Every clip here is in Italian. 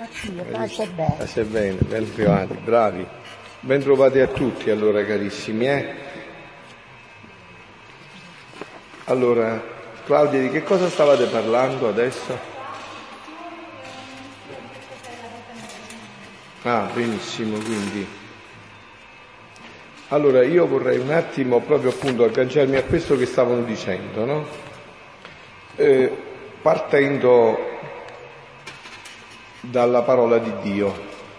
Pace bene, ben trovati, bravi. Ben trovati a tutti allora, carissimi. Allora, Claudia, di che cosa stavate parlando adesso? Ah, benissimo, quindi. Allora, io vorrei un attimo proprio appunto agganciarmi a questo che stavano dicendo, no? Partendo dalla parola di Dio,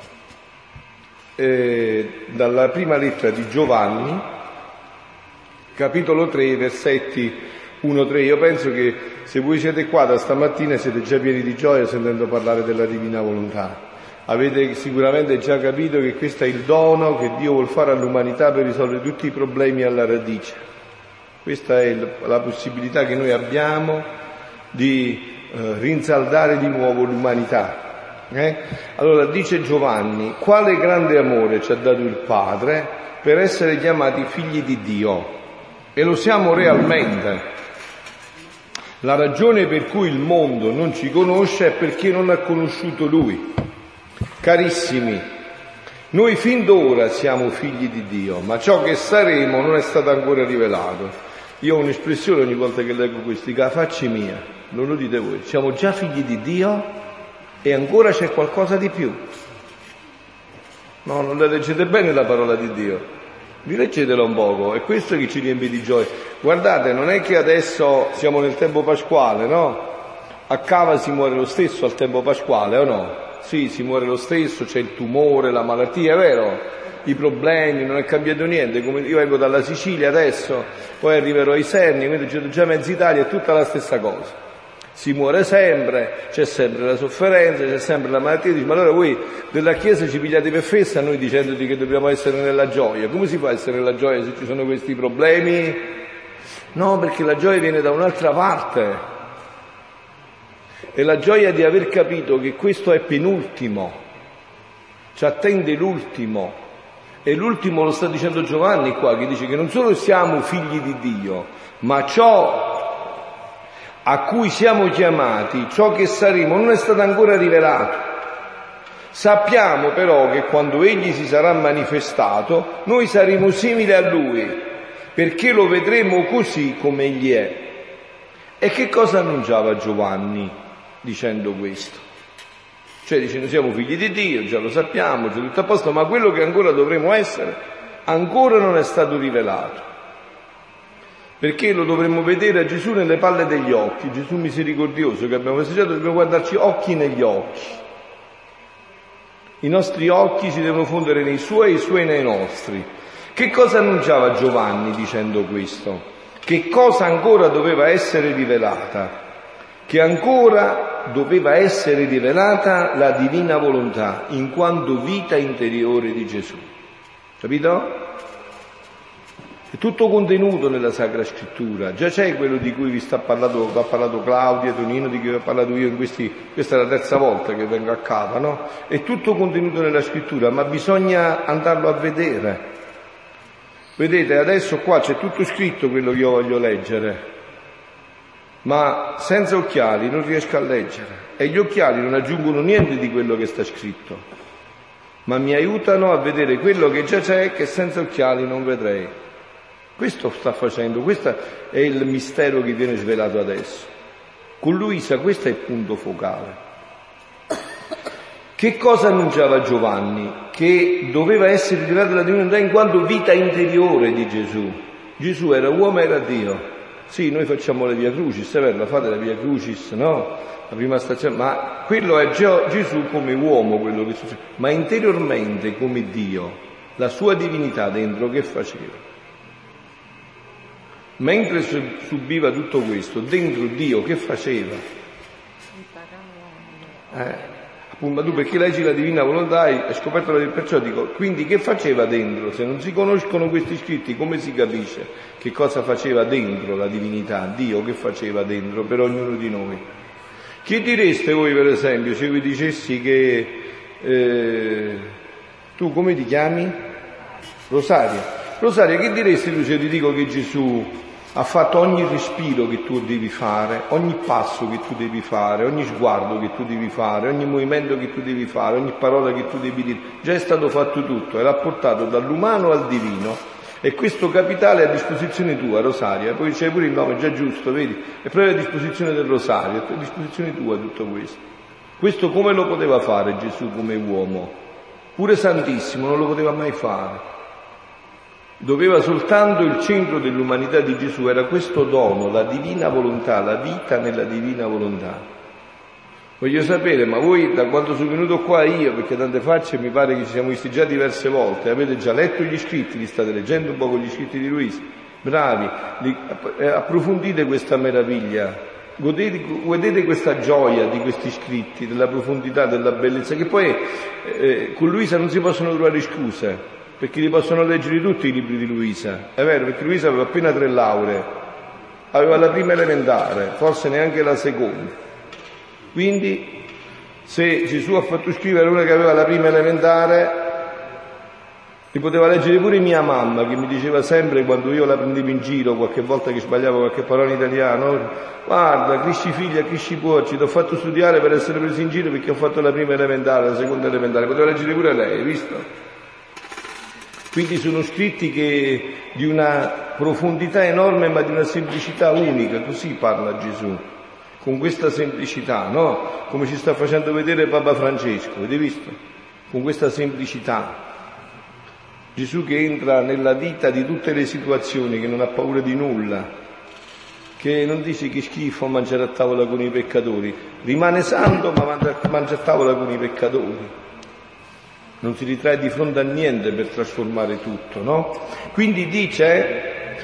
dalla prima lettera di Giovanni, capitolo 3, versetti 1-3. Io penso che se voi siete qua da stamattina siete già pieni di gioia sentendo parlare della divina volontà. Avete sicuramente già capito che questo è il dono che Dio vuol fare all'umanità per risolvere tutti i problemi alla radice. Questa è la possibilità che noi abbiamo di rinsaldare di nuovo l'umanità. Allora dice Giovanni: quale grande amore ci ha dato il Padre per essere chiamati figli di Dio, e lo siamo realmente. La ragione per cui il mondo non ci conosce è perché non ha conosciuto Lui. Carissimi, noi fin d'ora siamo figli di Dio, ma ciò che saremo non è stato ancora rivelato. Io ho un'espressione ogni volta che leggo questi, che la faccia mia, non lo dite voi, siamo già figli di Dio e ancora c'è qualcosa di più. No, non la leggete bene la parola di Dio, rileggetela un poco, è questo che ci riempie di gioia. Guardate, non è che adesso siamo nel tempo pasquale, no? A Cava si muore lo stesso al tempo pasquale, o no? Sì, si muore lo stesso, c'è il tumore, la malattia, è vero? I problemi, non è cambiato niente. Come io vengo dalla Sicilia adesso, poi arriverò ai Serni, quindi c'è già mezza Italia, è tutta la stessa cosa. Si muore sempre, c'è sempre la sofferenza, c'è sempre la malattia. Dici, ma allora voi della Chiesa ci pigliate per festa noi dicendoti che dobbiamo essere nella gioia. Come si fa a essere nella gioia se ci sono questi problemi? No, perché la gioia viene da un'altra parte. È la gioia di aver capito che questo è penultimo, ci attende l'ultimo. E l'ultimo lo sta dicendo Giovanni qua, che dice che non solo siamo figli di Dio, ma ciò a cui siamo chiamati, ciò che saremo, non è stato ancora rivelato. Sappiamo però che quando Egli si sarà manifestato, noi saremo simili a Lui, perché lo vedremo così come Egli è. E che cosa annunciava Giovanni dicendo questo? Cioè dice, noi siamo figli di Dio, già lo sappiamo, già tutto a posto, ma quello che ancora dovremo essere, ancora non è stato rivelato. Perché lo dovremmo vedere a Gesù nelle palle degli occhi, Gesù misericordioso che abbiamo festeggiato, dobbiamo guardarci occhi negli occhi. I nostri occhi si devono fondere nei Suoi e i Suoi nei nostri. Che cosa annunciava Giovanni dicendo questo? Che cosa ancora doveva essere rivelata? Che ancora doveva essere rivelata la divina volontà, in quanto vita interiore di Gesù. Capito? È tutto contenuto nella Sacra Scrittura, già c'è quello di cui ha parlato Claudia, Tonino, di cui ho parlato io questa è la terza volta che vengo a Cava, no? È tutto contenuto nella Scrittura, ma bisogna andarlo a vedere. Vedete, adesso qua c'è tutto scritto quello che io voglio leggere, ma senza occhiali non riesco a leggere, e gli occhiali non aggiungono niente di quello che sta scritto, ma mi aiutano a vedere quello che già c'è, che senza occhiali non vedrei. Questo sta facendo, questo è il mistero che viene svelato adesso. Con Luisa questo è il punto focale. Che cosa annunciava Giovanni? Che doveva essere rivelata la divinità in quanto vita interiore di Gesù. Gesù era uomo e era Dio. Sì, noi facciamo le Via Crucis, è vero, la fate la Via Crucis, no? La prima stazione, ma quello è Gesù come uomo, quello che succede, ma interiormente come Dio, la sua divinità dentro che faceva? Mentre subiva tutto questo, dentro Dio che faceva? Appunto, ma tu perché leggi la divina volontà hai scoperto, perciò dico, quindi che faceva dentro? Se non si conoscono questi scritti, come si capisce che cosa faceva dentro la divinità? Dio che faceva dentro per ognuno di noi? Che direste voi, per esempio, se vi dicessi che tu come ti chiami? Rosaria. Rosaria, che diresti tu se ti dico che Gesù ha fatto ogni respiro che tu devi fare, ogni passo che tu devi fare, ogni sguardo che tu devi fare, ogni movimento che tu devi fare, ogni parola che tu devi dire. Già è stato fatto tutto e l'ha portato dall'umano al divino. E questo capitale è a disposizione tua, Rosaria. Poi c'è pure il nome già giusto, vedi? È proprio a disposizione del Rosario, è a disposizione tua tutto questo. Questo come lo poteva fare Gesù come uomo? Pure Santissimo non lo poteva mai fare. Doveva soltanto il centro dell'umanità di Gesù, era questo dono, la divina volontà, la vita nella divina volontà. Voglio sapere, ma voi da quando sono venuto qua io, perché tante facce mi pare che ci siamo visti già diverse volte, avete già letto gli scritti, li state leggendo un po' con gli scritti di Luisa, bravi, approfondite questa meraviglia, godete questa gioia di questi scritti, della profondità, della bellezza, che poi con Luisa non si possono trovare scuse. Perché li possono leggere tutti i libri di Luisa, è vero, perché Luisa aveva appena 3 lauree, aveva la prima elementare, forse neanche la seconda. Quindi, se Gesù ha fatto scrivere una che aveva la prima elementare, li poteva leggere pure mia mamma, che mi diceva sempre quando io la prendevo in giro, qualche volta che sbagliavo qualche parola in italiano, guarda, cresci figlia, cresci cuoci, ti ho fatto studiare per essere preso in giro perché ho fatto la prima elementare, la seconda elementare, poteva leggere pure lei, visto? Quindi sono scritti che di una profondità enorme ma di una semplicità unica, così parla Gesù, con questa semplicità, no? Come ci sta facendo vedere Papa Francesco, avete visto? Con questa semplicità. Gesù che entra nella vita di tutte le situazioni, che non ha paura di nulla, che non dice che schifo mangiare a tavola con i peccatori, rimane santo ma mangia a tavola con i peccatori. Non si ritrae di fronte a niente per trasformare tutto, no? Quindi dice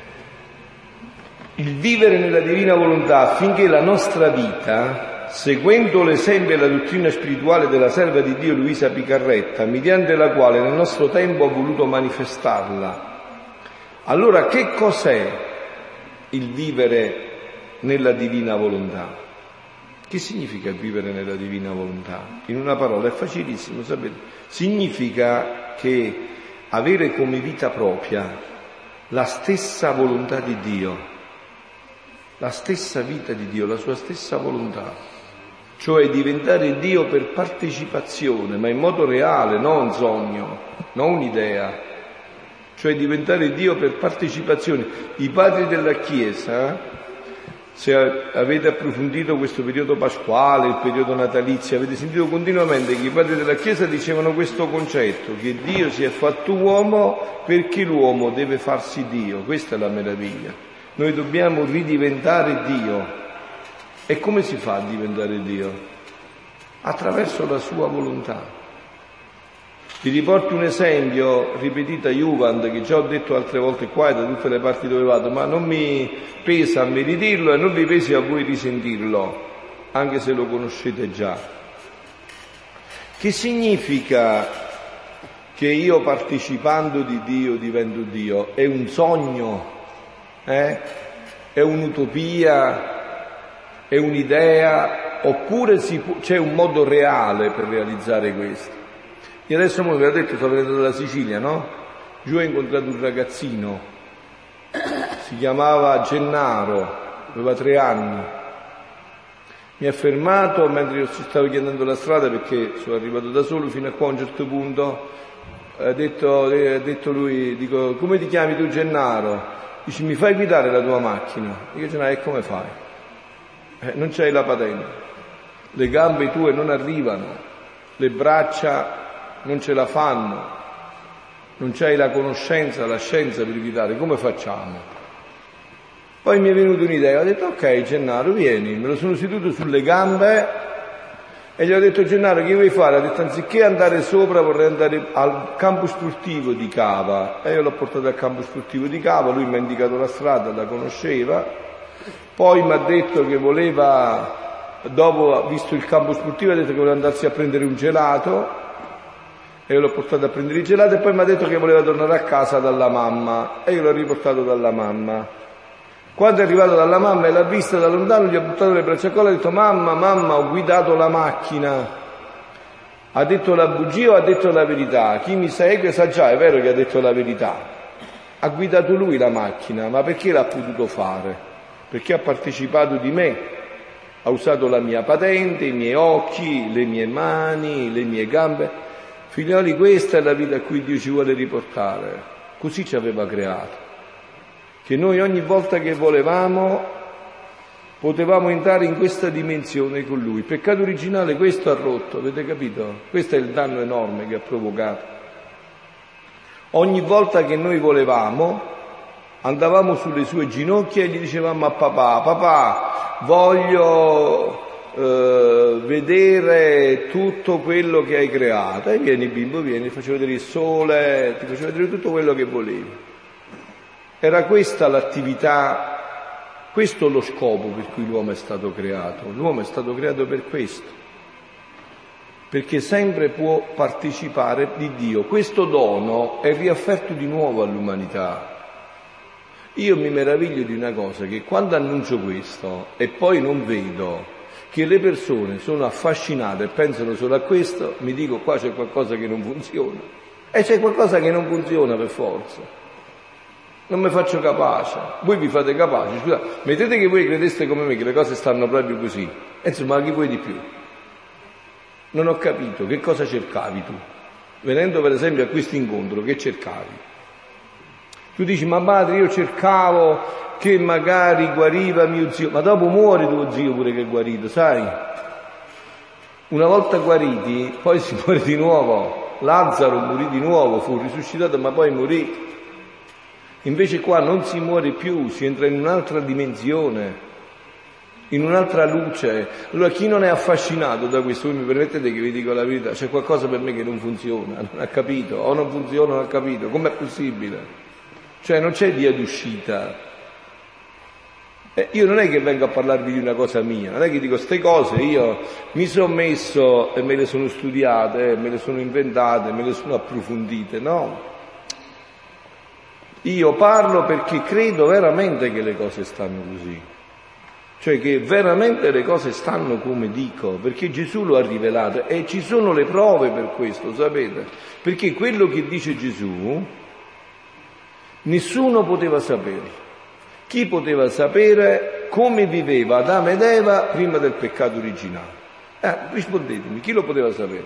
il vivere nella divina volontà affinché la nostra vita, seguendo l'esempio e la dottrina spirituale della serva di Dio Luisa Picarretta, mediante la quale nel nostro tempo ha voluto manifestarla. Allora che cos'è il vivere nella divina volontà? Che significa vivere nella divina volontà? In una parola è facilissimo, sapete? Significa che avere come vita propria la stessa volontà di Dio, la stessa vita di Dio, la sua stessa volontà, cioè diventare Dio per partecipazione, ma in modo reale, non un sogno, non un'idea, cioè diventare Dio per partecipazione. I padri della Chiesa, se avete approfondito questo periodo pasquale, il periodo natalizio, avete sentito continuamente che i padri della Chiesa dicevano questo concetto, che Dio si è fatto uomo perché l'uomo deve farsi Dio. Questa è la meraviglia. Noi dobbiamo ridiventare Dio. E come si fa a diventare Dio? Attraverso la sua volontà. Vi riporto un esempio, ripetita Juvent, che già ho detto altre volte qua e da tutte le parti dove vado, ma non mi pesa a me ridirlo e non vi pesi a voi risentirlo, anche se lo conoscete già. Che significa che io partecipando di Dio divento Dio? È un sogno? È un'utopia? È un'idea? Oppure c'è un modo reale per realizzare questo? E adesso mi aveva detto, sto venendo dalla Sicilia, no? Giù ho incontrato un ragazzino, si chiamava Gennaro, aveva 3 anni. Mi ha fermato mentre io stavo chiedendo la strada perché sono arrivato da solo fino a qua a un certo punto. Ha detto lui, dico, come ti chiami tu Gennaro? Dice, mi fai guidare la tua macchina? Dico, Gennaro, e come fai? Non c'hai la patente, le gambe tue non arrivano, le braccia non ce la fanno, non c'hai la conoscenza, la scienza per guidare, come facciamo? Poi mi è venuta un'idea, ho detto ok Gennaro vieni, me lo sono seduto sulle gambe e gli ho detto Gennaro che vuoi fare? Ha detto anziché andare sopra vorrei andare al campo sportivo di Cava e io l'ho portato al campo sportivo di Cava, lui mi ha indicato la strada, la conosceva, poi mi ha detto che voleva, dopo visto il campo sportivo ha detto che voleva andarsi a prendere un gelato e io l'ho portato a prendere il gelato e poi mi ha detto che voleva tornare a casa dalla mamma e io l'ho riportato dalla mamma. Quando è arrivato dalla mamma e l'ha vista da lontano gli ho buttato le braccia a collo e ho detto mamma ho guidato la macchina, ha detto la bugia o ha detto la verità? Chi mi segue sa già, è vero che ha detto la verità. ha guidato lui la macchina, ma perché l'ha potuto fare? Perché ha partecipato di me, ha usato la mia patente, i miei occhi, le mie mani, le mie gambe. Figlioli, questa è la vita a cui Dio ci vuole riportare, così ci aveva creato, che noi ogni volta che volevamo potevamo entrare in questa dimensione con Lui. Il peccato originale questo ha rotto, avete capito? Questo è il danno enorme che ha provocato. Ogni volta che noi volevamo, andavamo sulle sue ginocchia e gli dicevamo a papà, voglio vedere tutto quello che hai creato. E vieni bimbo, vieni, ti faccio vedere il sole, ti faccio vedere tutto quello che volevi. Era questa l'attività. Questo è lo scopo per cui l'uomo è stato creato. L'uomo è stato creato per questo, perché sempre può partecipare di Dio. Questo dono è riofferto di nuovo all'umanità. Io mi meraviglio di una cosa, che quando annuncio questo e poi non vedo che le persone sono affascinate e pensano solo a questo, mi dico qua c'è qualcosa che non funziona. E c'è qualcosa che non funziona per forza. Non mi faccio capace, voi vi fate capaci, scusate, mettete che voi credeste come me che le cose stanno proprio così, e insomma chi vuoi di più? Non ho capito, che cosa cercavi tu? Venendo per esempio a questo incontro, che cercavi? Tu dici, ma padre, io cercavo che magari guariva mio zio, ma dopo muore tuo zio pure che è guarito, sai? Una volta guariti, poi si muore di nuovo. Lazzaro morì di nuovo, fu risuscitato ma poi morì. Invece qua non si muore più, si entra in un'altra dimensione, in un'altra luce. Allora chi non è affascinato da questo, voi mi permettete che vi dico la verità, c'è qualcosa per me che non funziona, non ha capito, o non funziona, non ha capito, com'è possibile? Cioè non c'è via d'uscita. Io non è che vengo a parlarvi di una cosa mia, non è che dico ste cose, io mi sono messo e me le sono studiate, me le sono inventate, me le sono approfondite, no. Io parlo perché credo veramente che le cose stanno così, cioè che veramente le cose stanno come dico, perché Gesù lo ha rivelato e ci sono le prove per questo, sapete? Perché quello che dice Gesù nessuno poteva sapere. Chi poteva sapere come viveva Adamo ed Eva prima del peccato originale? Rispondetemi, chi lo poteva sapere?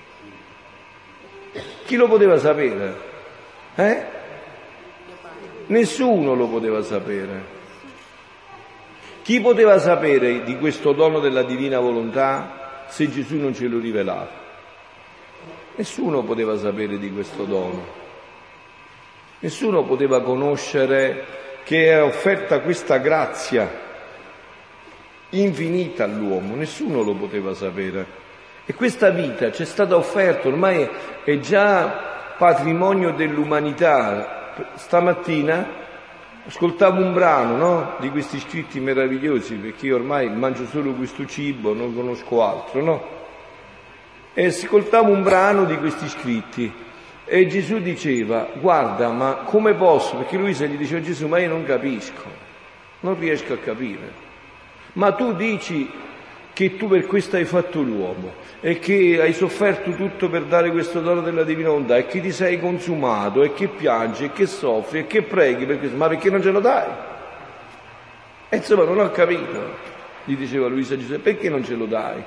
Chi lo poteva sapere? Nessuno lo poteva sapere. Chi poteva sapere di questo dono della divina volontà se Gesù non ce lo rivelava? Nessuno poteva sapere di questo dono. Nessuno poteva conoscere che è offerta questa grazia infinita all'uomo. Nessuno lo poteva sapere. E questa vita ci è stata offerta, ormai è già patrimonio dell'umanità. Stamattina ascoltavo un brano, no? Di questi scritti meravigliosi, perché io ormai mangio solo questo cibo, non conosco altro, no? E ascoltavo un brano di questi scritti e Gesù diceva, guarda, ma come posso? Perché Luisa gli diceva a Gesù, ma io non capisco, non riesco a capire. Ma tu dici che tu per questo hai fatto l'uomo e che hai sofferto tutto per dare questo dono della divina volontà e che ti sei consumato e che piangi e che soffri e che preghi per questo, ma perché non ce lo dai? E insomma non ho capito, gli diceva Luisa a Gesù, perché non ce lo dai?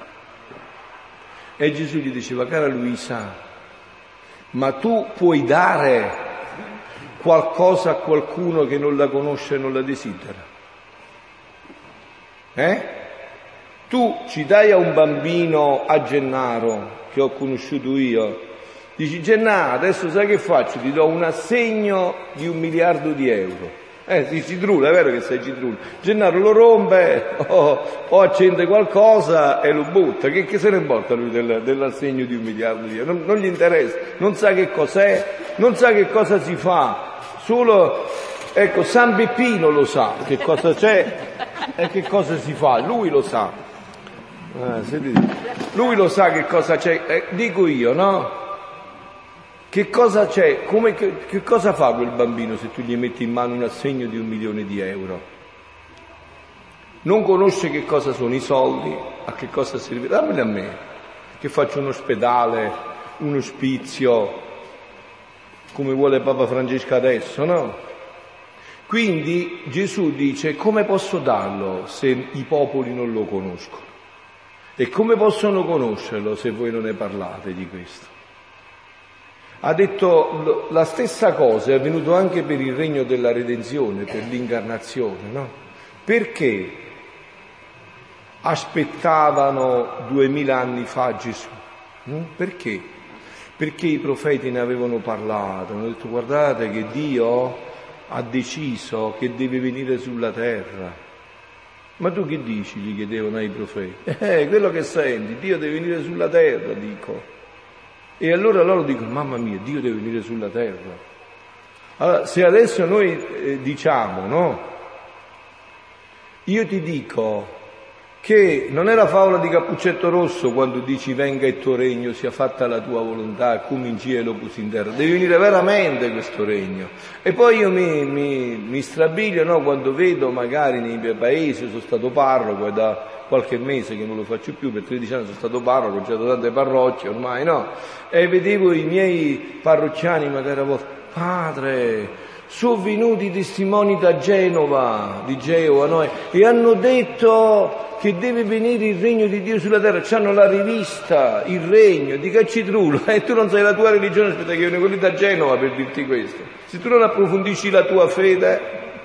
E Gesù gli diceva, cara Luisa, ma tu puoi dare qualcosa a qualcuno che non la conosce e non la desidera? Tu ci dai a un bambino, a Gennaro, che ho conosciuto io, dici Gennaro, adesso sai che faccio? Ti do un assegno di 1 miliardo di euro. Si citrula, è vero che sei citrula. Gennaro lo rompe o accende qualcosa e lo butta. Che se ne importa lui dell'assegno di 1 miliardo di euro? Non gli interessa, non sa che cos'è, non sa che cosa si fa. Solo, ecco, San Peppino lo sa che cosa c'è e che cosa si fa, lui lo sa. Lui lo sa che cosa c'è, dico io, no? Che cosa c'è, che cosa fa quel bambino se tu gli metti in mano un assegno di 1 milione di euro? Non conosce che cosa sono i soldi, a che cosa serve, dammeli a me, che faccio un ospedale, un ospizio, come vuole Papa Francesco adesso, no? Quindi Gesù dice: come posso darlo se i popoli non lo conoscono? E come possono conoscerlo se voi non ne parlate di questo? Ha detto la stessa cosa, è avvenuto anche per il regno della redenzione, per l'incarnazione, no? Perché aspettavano 2000 anni fa Gesù? Perché? Perché i profeti ne avevano parlato, hanno detto: guardate che Dio ha deciso che deve venire sulla terra. Ma tu che dici? Gli chiedevano ai profeti. Quello che senti, Dio deve venire sulla terra, dico. E allora loro dicono: mamma mia, Dio deve venire sulla terra. Allora, se adesso noi diciamo, no? Io ti dico che non è la favola di Cappuccetto Rosso quando dici: venga il tuo regno, sia fatta la tua volontà, come in cielo così in terra. Deve venire veramente questo regno. E poi io mi strabilio, no? Quando vedo magari nei miei paesi, sono stato parroco, è da qualche mese che non lo faccio più, per 13 anni sono stato parroco, ho girato tante parrocchie ormai, no? E vedevo i miei parrocchiani magari a volte: padre, sono venuti i testimoni da Genova, di Geova, no? E hanno detto che deve venire il regno di Dio sulla terra, c'hanno la rivista, il regno, di Caccitrullo, e tu non sai la tua religione, aspetta che viene quelli da Genova per dirti questo. Se tu non approfondisci la tua fede,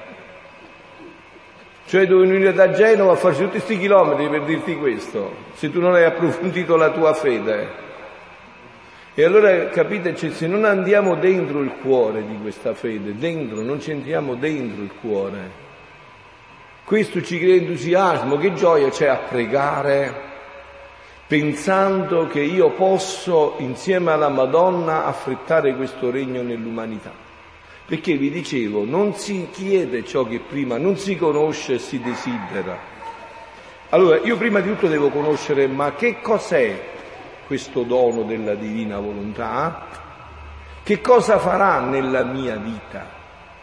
cioè devi venire da Genova a farci tutti questi chilometri per dirti questo, se tu non hai approfondito la tua fede. E allora, capite, cioè, se non andiamo dentro il cuore di questa fede, dentro, non ci entriamo dentro il cuore, questo ci crea entusiasmo, che gioia c'è a pregare, pensando che io posso, insieme alla Madonna, affrettare questo regno nell'umanità. Perché vi dicevo, non si chiede ciò che prima non si conosce e si desidera. Allora, io prima di tutto devo conoscere, ma che cos'è questo dono della divina volontà? Che cosa farà nella mia vita?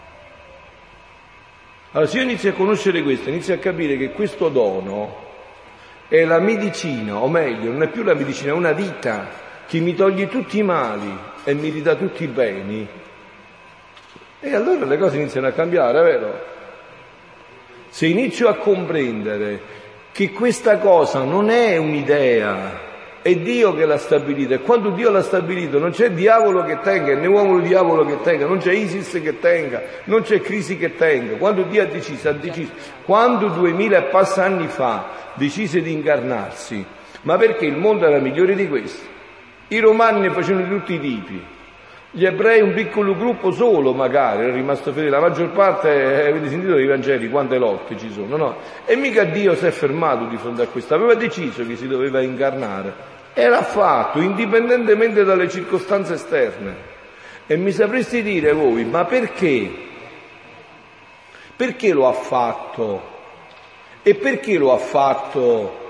Allora, se io inizio a conoscere questo, inizio a capire che questo dono è la medicina, o meglio, non è più la medicina, è una vita che mi toglie tutti i mali e mi ridà tutti i beni, e allora le cose iniziano a cambiare, vero? Se inizio a comprendere che questa cosa non è un'idea, è Dio che l'ha stabilita, e quando Dio l'ha stabilito non c'è diavolo che tenga, né uomo di diavolo che tenga, non c'è Isis che tenga, non c'è crisi che tenga. Quando Dio ha deciso. Quando 2000 e passa anni fa decise di incarnarsi, ma perché il mondo era migliore di questo? I romani ne facevano di tutti i tipi, gli ebrei un piccolo gruppo solo magari è rimasto fedele, la maggior parte, avete sentito dei Vangeli quante lotte ci sono, no? E mica Dio si è fermato di fronte a questo, aveva deciso che si doveva incarnare e l'ha fatto indipendentemente dalle circostanze esterne. E mi sapresti dire voi, ma perché? Perché lo ha fatto? E perché lo ha fatto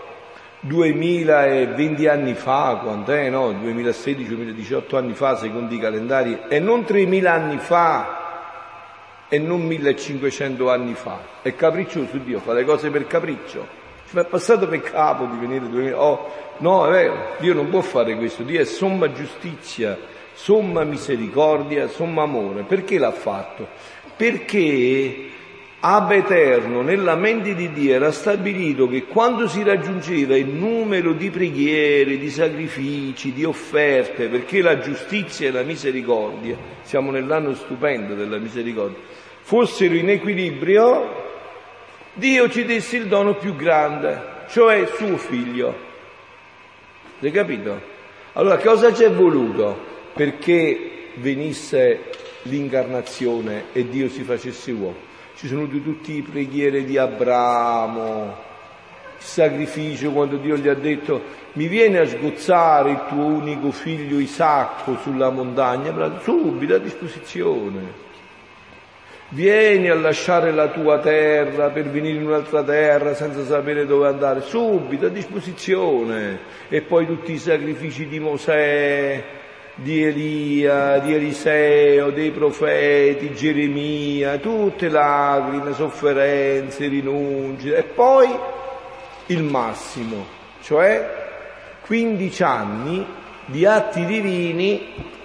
2020 anni fa, quant'è, no? 2016-2018 anni fa, secondo i calendari, e non 3000 anni fa, e non 1500 anni fa. È capriccioso Dio, fa le cose per capriccio. Ci è passato per capo di venire 2000. No, è vero, Dio non può fare questo, Dio è somma giustizia, somma misericordia, somma amore. Perché l'ha fatto? Perché ab eterno nella mente di Dio era stabilito che quando si raggiungeva il numero di preghiere, di sacrifici, di offerte, perché la giustizia e la misericordia, siamo nell'anno stupendo della misericordia, fossero in equilibrio, Dio ci desse il dono più grande, cioè suo figlio. Hai capito? Allora cosa c'è voluto perché venisse l'incarnazione e Dio si facesse uomo? Ci sono tutte le preghiere di Abramo, il sacrificio quando Dio gli ha detto: mi viene a sgozzare il tuo unico figlio Isacco sulla montagna, subito a disposizione. Vieni a lasciare la tua terra per venire in un'altra terra senza sapere dove andare, subito a disposizione. E poi tutti i sacrifici di Mosè, di Elia, di Eliseo, dei profeti, Geremia, tutte lacrime, sofferenze, rinunce, e poi il massimo, cioè 15 anni di atti divini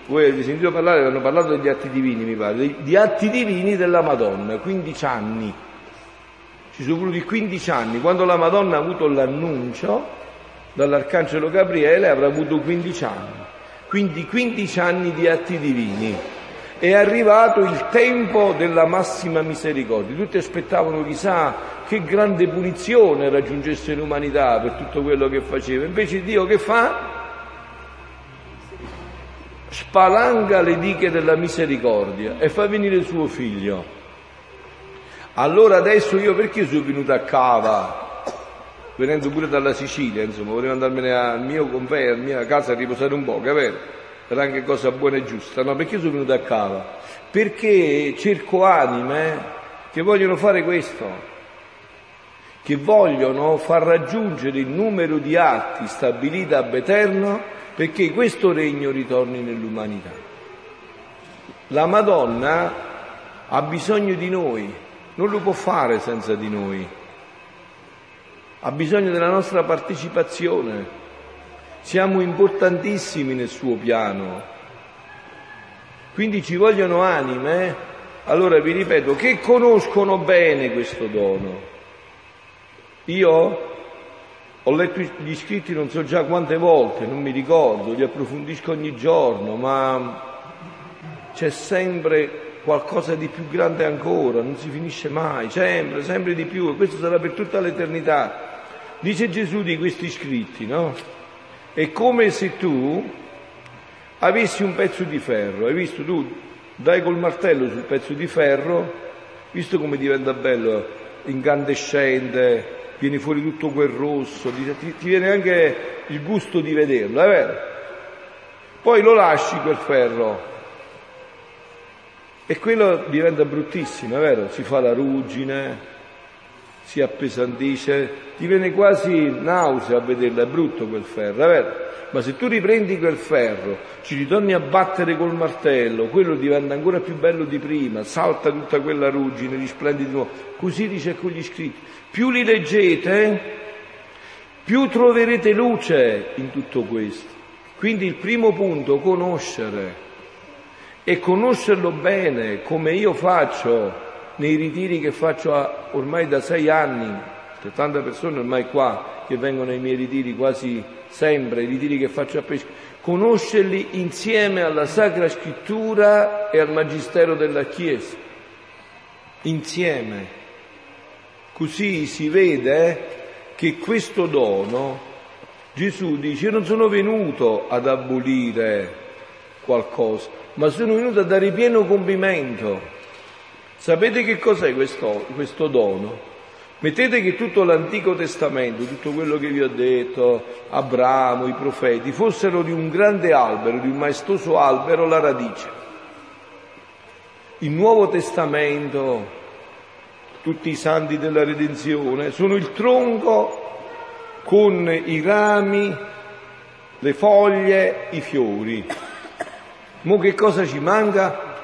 voi avete sentito parlare, hanno parlato degli atti divini, mi pare, di atti divini della Madonna, 15 anni. Ci sono voluti 15 anni. Quando la Madonna ha avuto l'annuncio dall'Arcangelo Gabriele avrà avuto 15 anni. Quindi 15 anni di atti divini. È arrivato il tempo della massima misericordia. Tutti aspettavano, chissà, che grande punizione raggiungesse l'umanità per tutto quello che faceva. Invece Dio che fa? Spalanca le dighe della misericordia e fa venire il suo figlio. Allora adesso io perché sono venuto a Cava, venendo pure dalla Sicilia, insomma, volevo andarmene al mio compagno, alla mia casa a riposare un po', capito? Era anche cosa buona e giusta. No, perché sono venuto a Cava? Perché cerco anime che vogliono fare questo, che vogliono far raggiungere il numero di atti stabiliti ab eterno, perché questo regno ritorni nell'umanità. La Madonna ha bisogno di noi, non lo può fare senza di noi, ha bisogno della nostra partecipazione, siamo importantissimi nel suo piano, quindi ci vogliono anime, allora vi ripeto, che conoscono bene questo dono. Io ho letto gli scritti non so già quante volte, non mi ricordo, li approfondisco ogni giorno, ma c'è sempre qualcosa di più grande ancora, non si finisce mai, sempre di più, e questo sarà per tutta l'eternità. Dice Gesù di questi scritti, no? È come se tu avessi un pezzo di ferro, hai visto tu, dai col martello sul pezzo di ferro, visto come diventa bello, incandescente, viene fuori tutto quel rosso, ti viene anche il gusto di vederlo, è vero? Poi lo lasci quel ferro e quello diventa bruttissimo, è vero? Si fa la ruggine, si appesantisce, ti viene quasi nausea a vederlo, è brutto quel ferro, è vero? Ma se tu riprendi quel ferro, ci ritorni a battere col martello, quello diventa ancora più bello di prima, salta tutta quella ruggine, risplende di nuovo. Così dice con gli scritti. Più li leggete, più troverete luce in tutto questo. Quindi il primo punto, conoscere. E conoscerlo bene, come io faccio nei ritiri che faccio ormai da 6 anni. C'è tante persone ormai qua che vengono ai miei ritiri quasi sempre, i ritiri che faccio a Pescara. Conoscerli insieme alla Sacra Scrittura e al Magistero della Chiesa. Insieme. Così si vede che questo dono, Gesù dice, io non sono venuto ad abolire qualcosa, ma sono venuto a dare pieno compimento. Sapete che cos'è questo dono? Mettete che tutto l'Antico Testamento, tutto quello che vi ho detto, Abramo, i profeti, fossero di un grande albero, di un maestoso albero, la radice. Il Nuovo Testamento, tutti i santi della redenzione, sono il tronco con i rami, le foglie, i fiori. Mo che cosa ci manca?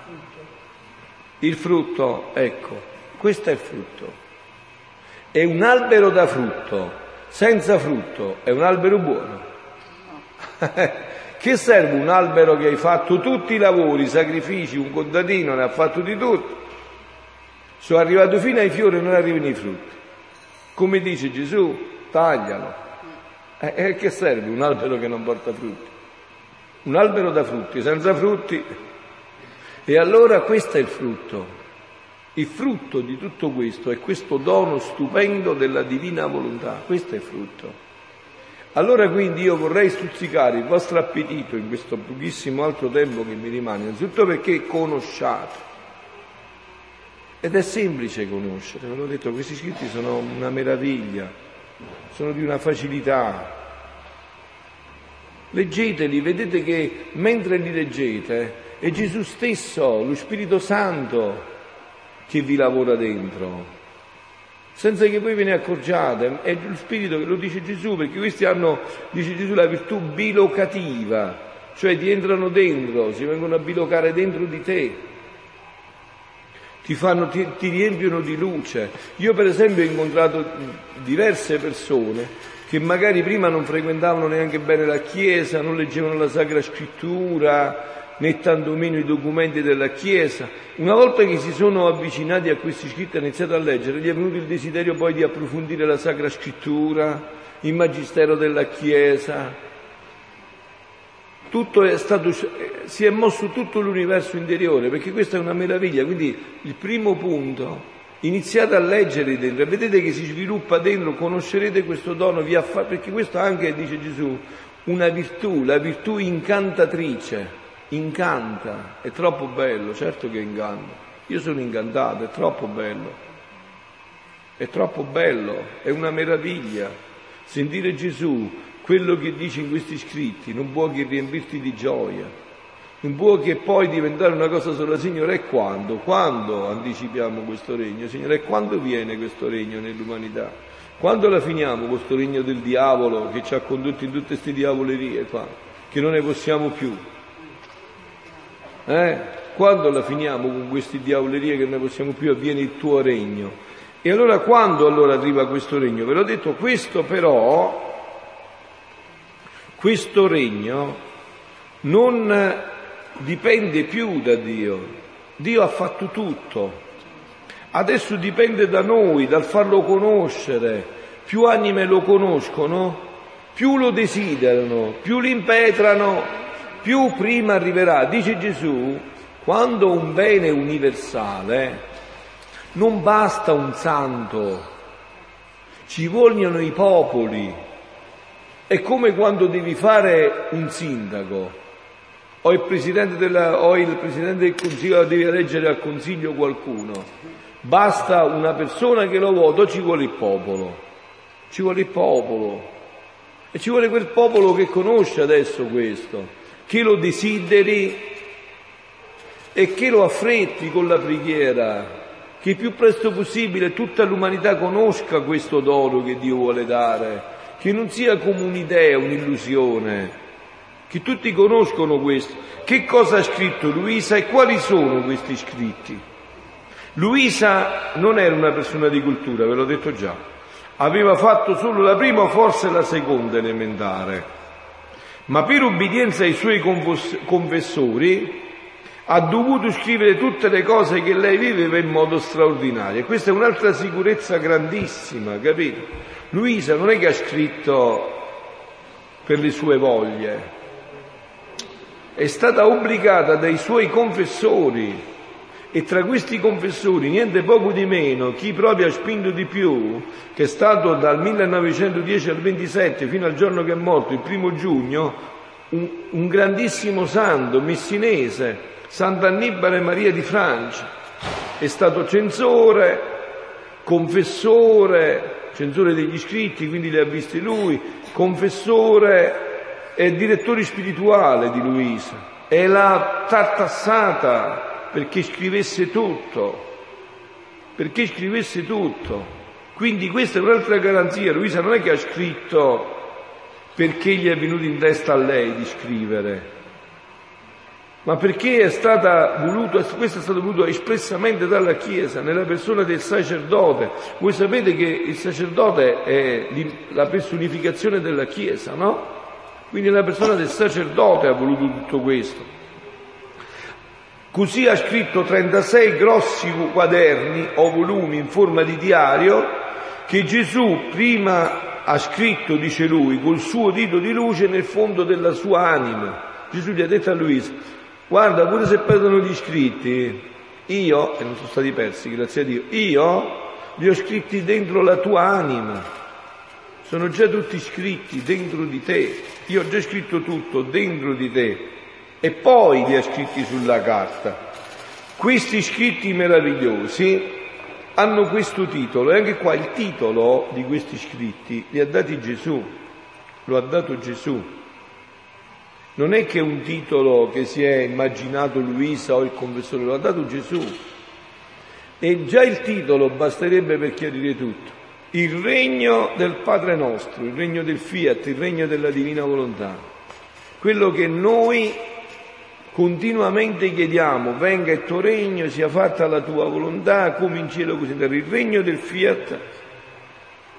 Il frutto, ecco, questo è il frutto. È un albero da frutto, senza frutto, è un albero buono. Che serve un albero che hai fatto tutti i lavori, i sacrifici, un contadino ne ha fatto di tutto? Sono arrivato fino ai fiori e non arrivano i frutti. Come dice Gesù, taglialo. E che serve un albero che non porta frutti? Un albero da frutti, senza frutti. E allora questo è il frutto. Il frutto di tutto questo è questo dono stupendo della divina volontà. Questo è il frutto. Allora quindi io vorrei stuzzicare il vostro appetito in questo pochissimo altro tempo che mi rimane, innanzitutto perché conosciate. Ed è semplice conoscere, ve l'ho detto, questi scritti sono una meraviglia, sono di una facilità. Leggeteli, vedete che mentre li leggete è Gesù stesso, lo Spirito Santo che vi lavora dentro, senza che voi ve ne accorgiate, è lo Spirito che lo dice Gesù, perché questi hanno, dice Gesù, la virtù bilocativa, cioè ti entrano dentro, si vengono a bilocare dentro di te. Ti riempiono di luce. Io per esempio ho incontrato diverse persone che magari prima non frequentavano neanche bene la Chiesa, non leggevano la Sacra Scrittura, né tantomeno i documenti della Chiesa. Una volta che si sono avvicinati a questi scritti e hanno iniziato a leggere, gli è venuto il desiderio poi di approfondire la Sacra Scrittura, il Magistero della Chiesa. Si è mosso tutto l'universo interiore, perché questa è una meraviglia. Quindi il primo punto, iniziate a leggere dentro e vedete che si sviluppa dentro, conoscerete questo dono, perché questo anche, dice Gesù, una virtù, la virtù incantatrice. Incanta, è troppo bello, certo che incanta. Io sono incantato, è troppo bello, è una meraviglia. Sentire Gesù, quello che dice in questi scritti, non può che riempirti di gioia, non può che poi diventare una cosa sola. Signore, e quando? Quando anticipiamo questo regno? Signore, e quando viene questo regno nell'umanità? Quando la finiamo questo regno del diavolo che ci ha condotto in tutte queste diavolerie qua, che non ne possiamo più? Quando la finiamo con queste diavolerie che non ne possiamo più, avviene il tuo regno. E allora quando arriva questo regno? Ve l'ho detto, questo regno non dipende più da Dio. Dio ha fatto tutto. Adesso dipende da noi, dal farlo conoscere. Più anime lo conoscono, più lo desiderano, più lo impetrano, più prima arriverà. Dice Gesù, quando un bene universale, non basta un santo, ci vogliono i popoli. È come quando devi fare un sindaco, o il presidente del consiglio, devi eleggere al consiglio qualcuno. Basta una persona che lo vota, ci vuole il popolo. Ci vuole il popolo. E ci vuole quel popolo che conosce adesso questo, che lo desideri e che lo affretti con la preghiera, che il più presto possibile tutta l'umanità conosca questo dono che Dio vuole dare, che non sia come un'idea, un'illusione, che tutti conoscono questo. Che cosa ha scritto Luisa e quali sono questi scritti? Luisa non era una persona di cultura, ve l'ho detto già, aveva fatto solo la prima o forse la seconda elementare, ma per ubbidienza ai suoi confessori ha dovuto scrivere tutte le cose che lei viveva in modo straordinario. E questa è un'altra sicurezza grandissima, capite? Luisa non è che ha scritto per le sue voglie, è stata obbligata dai suoi confessori, e tra questi confessori niente poco di meno chi proprio ha spinto di più, che è stato dal 1910 al 27 fino al giorno che è morto, il 1° giugno, un grandissimo santo messinese, Sant'Annibale Maria di Francia. È stato censore, confessore, censore degli scritti, quindi li ha visti lui, confessore e direttore spirituale di Luisa, e l'ha tartassata perché scrivesse tutto, Quindi questa è un'altra garanzia. Luisa non è che ha scritto perché gli è venuto in testa a lei di scrivere, ma perché questo è stato voluto espressamente dalla Chiesa, nella persona del sacerdote. Voi sapete che il sacerdote è la personificazione della Chiesa, no? Quindi la persona del sacerdote ha voluto tutto questo. Così ha scritto 36 grossi quaderni o volumi in forma di diario che Gesù prima ha scritto, dice lui, col suo dito di luce nel fondo della sua anima. Gesù gli ha detto a Luisa: guarda, pure se perdono gli scritti, io, e non sono stati persi, grazie a Dio, io li ho scritti dentro la tua anima, sono già tutti scritti dentro di te, io ho già scritto tutto dentro di te. E poi li ha scritti sulla carta. Questi scritti meravigliosi hanno questo titolo, e anche qua il titolo di questi scritti li ha dati Gesù, lo ha dato Gesù. Non è che è un titolo che si è immaginato Luisa o il confessore, lo ha dato Gesù. E già il titolo basterebbe per chiarire tutto. Il regno del Padre nostro, il regno del Fiat, il regno della divina volontà. Quello che noi continuamente chiediamo: venga il tuo regno, sia fatta la tua volontà, come in cielo così in terra. Il regno del Fiat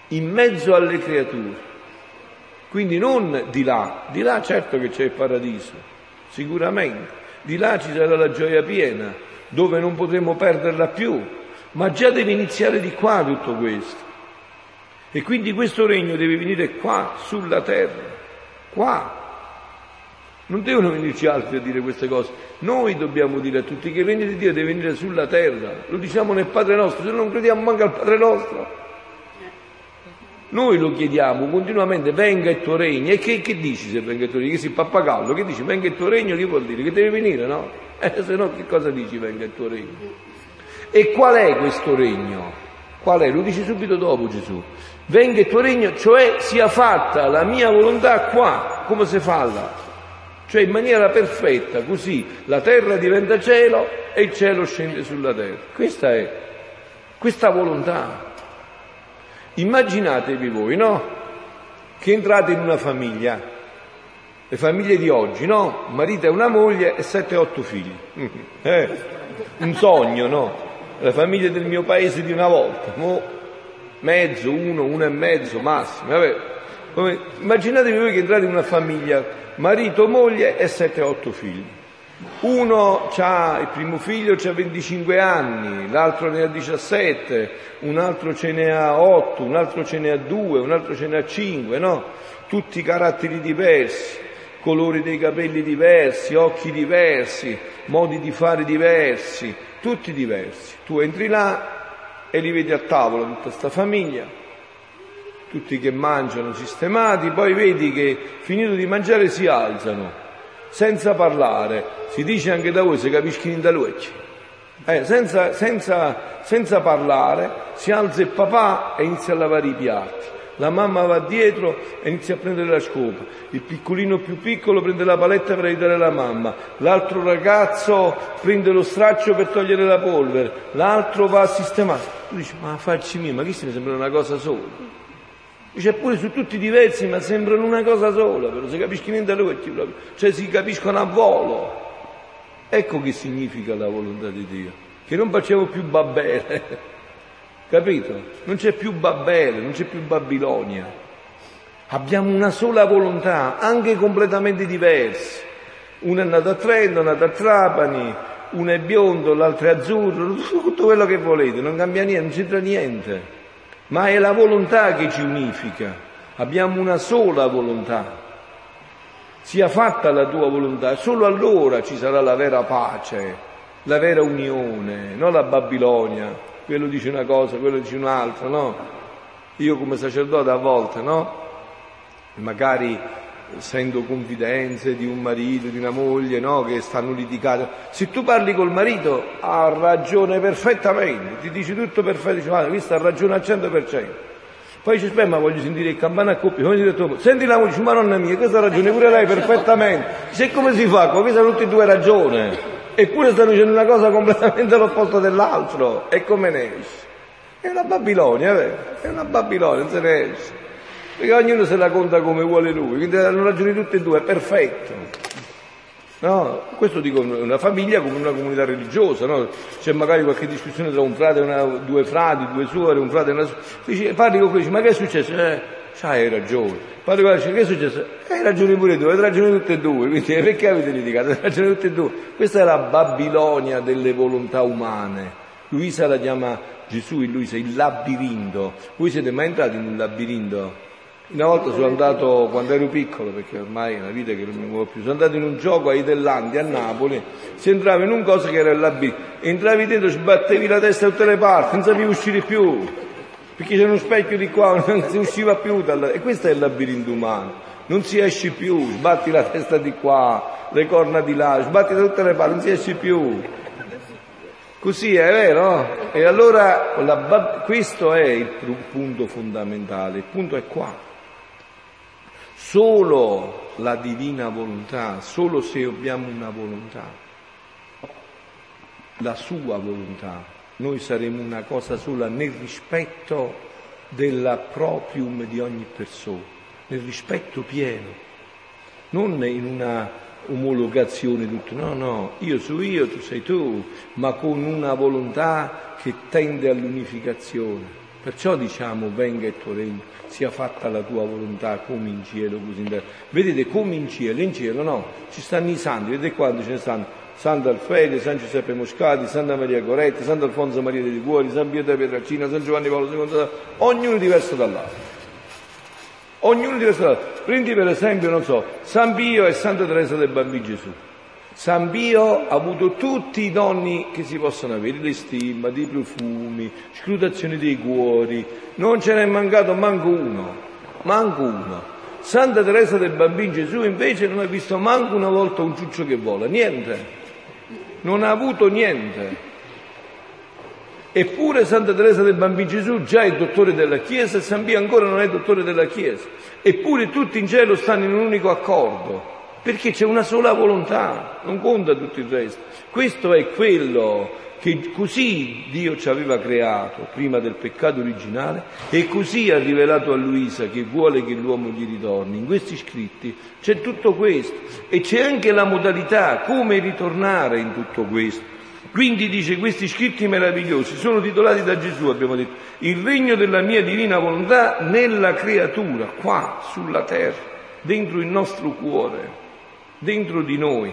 in mezzo alle creature. Quindi non di là certo che c'è il paradiso, sicuramente, di là ci sarà la gioia piena, dove non potremo perderla più, ma già deve iniziare di qua tutto questo. E quindi questo regno deve venire qua, sulla terra, qua. Non devono venirci altri a dire queste cose, noi dobbiamo dire a tutti che il regno di Dio deve venire sulla terra, lo diciamo nel Padre nostro, se non crediamo manca al Padre nostro. Noi lo chiediamo continuamente, venga il tuo regno. E che dici se venga il tuo regno? Che sei pappagallo, che dici venga il tuo regno? Che vuol dire? Che deve venire, no? Se no che cosa dici venga il tuo regno? E qual è questo regno? Qual è? Lo dice subito dopo Gesù. Venga il tuo regno, cioè sia fatta la mia volontà qua, come si fa là? Cioè in maniera perfetta, così la terra diventa cielo e il cielo scende sulla terra. Questa è questa volontà. Immaginatevi voi, no? Che entrate in una famiglia, le famiglie di oggi, no? Un marito e una moglie e 7-8 figli. Un sogno, no? La famiglia del mio paese di una volta, mezzo, uno e mezzo massimo. Vabbè. Immaginatevi voi che entrate in una famiglia, marito, moglie e 7-8 figli. Uno il primo figlio c'ha 25 anni, l'altro ne ha 17, un altro ce ne ha 8, un altro ce ne ha 2, un altro ce ne ha 5, no? Tutti caratteri diversi, colori dei capelli diversi, occhi diversi, modi di fare diversi, tutti diversi. Tu entri là e li vedi a tavola tutta sta famiglia, tutti che mangiano sistemati, poi vedi che finito di mangiare si alzano. Senza parlare, si dice anche da voi, se capisci in da luce. Senza parlare, si alza il papà e inizia a lavare i piatti. La mamma va dietro e inizia a prendere la scopa. Il piccolino più piccolo prende la paletta per aiutare la mamma. L'altro ragazzo prende lo straccio per togliere la polvere. L'altro va a sistemare. Tu dici, ma facci mia, ma che mi sembra una cosa sola? Dice pure su tutti diversi, ma sembrano una cosa sola, però si capiscono niente all'occhio proprio, cioè si capiscono a volo. Ecco che significa la volontà di Dio, che non facciamo più Babele, capito? Non c'è più Babele, non c'è più Babilonia. Abbiamo una sola volontà, anche completamente diverse. Uno è nato a Trento, uno è nato a Trapani, uno è biondo, l'altro è azzurro, tutto quello che volete, non cambia niente, non c'entra niente. Ma è la volontà che ci unifica, abbiamo una sola volontà. Sia fatta la tua volontà, solo allora ci sarà la vera pace, la vera unione, non la Babilonia, quello dice una cosa, quello dice un'altra, no? Io come sacerdote a volte, no? Magari sento confidenze di un marito, di una moglie, no? Che stanno litigando. Se tu parli col marito ha ragione perfettamente, ti dice tutto perfetto, dice guarda, questo ha ragione al 100%. Poi dice, ma voglio sentire il campano a coppia, come dice tu, senti la moglie, dice, ma nonna mia, questa ha ragione pure lei perfettamente. Dice, come si fa? Questi hanno tutti e due ragione, eppure stanno dicendo una cosa completamente all'opposto dell'altro, e come ne esce? È una Babilonia, vero? È una Babilonia, non se ne esce. Perché ognuno se la conta come vuole lui, quindi hanno ragione tutte e due, è perfetto. No? Questo dico una famiglia come una comunità religiosa, no? C'è magari qualche discussione tra un frate e due frati, due suore, un frate e una suora. Dice, parli con quello, ma che è successo? Hai ragione. Parli con quello, dice, che è successo? Hai ragione pure tu, hai ragione tutte e due, quindi perché avete litigato? Hai ragione tutte e due. Questa è la Babilonia delle volontà umane. Luisa la chiama Gesù, in Luisa, il labirinto. Voi siete mai entrati in un labirinto? Una volta sono andato, quando ero piccolo, perché ormai è una vita che non mi muovo più, sono andato in un gioco ai Dell'Andi a Napoli, si entrava in un coso che era il labirinto, entravi dentro, sbattevi la testa da tutte le parti, non sapevi uscire più, perché c'era uno specchio di qua, non si usciva più, e questo è il labirinto umano, non si esce più, sbatti la testa di qua, le corna di là, sbatti da tutte le parti, non si esce più. Così è vero? E allora questo è il punto fondamentale, il punto è qua. Solo la divina volontà, solo se abbiamo una volontà, la sua volontà, noi saremo una cosa sola nel rispetto della proprium di ogni persona, nel rispetto pieno, non in una omologazione tutto, no, io sono io, tu sei tu, ma con una volontà che tende all'unificazione, Perciò diciamo venga il tuo regno, sia fatta la tua volontà come in cielo così in terra. Vedete come in cielo no, ci stanno i santi, vedete quando ce ne stanno? Sant'Alfede, San Giuseppe Moscati, Santa Maria Goretti, Sant'Alfonso Maria dei Cuori, San Pio da Pietrelcina, San Giovanni Paolo II, ognuno diverso dall'altro. Ognuno diverso dall'altro. Prendi per esempio, non so, San Pio e Santa Teresa del Bambino Gesù. San Pio ha avuto tutti i doni che si possono avere, le stimmate, i profumi, scrutazione dei cuori, non ce n'è mancato manco uno. Santa Teresa del Bambino Gesù invece non ha visto manco una volta un ciuccio che vola, niente, non ha avuto niente. Eppure Santa Teresa del Bambino Gesù già è dottore della Chiesa e San Pio ancora non è dottore della Chiesa. Eppure tutti in cielo stanno in un unico accordo. Perché c'è una sola volontà, non conta tutto il resto. Questo è quello che così Dio ci aveva creato prima del peccato originale e così ha rivelato a Luisa che vuole che l'uomo gli ritorni. In questi scritti c'è tutto questo e c'è anche la modalità, come ritornare in tutto questo. Quindi dice, questi scritti meravigliosi sono titolati da Gesù, abbiamo detto, il regno della mia divina volontà nella creatura, qua, sulla terra, dentro il nostro cuore, dentro di noi.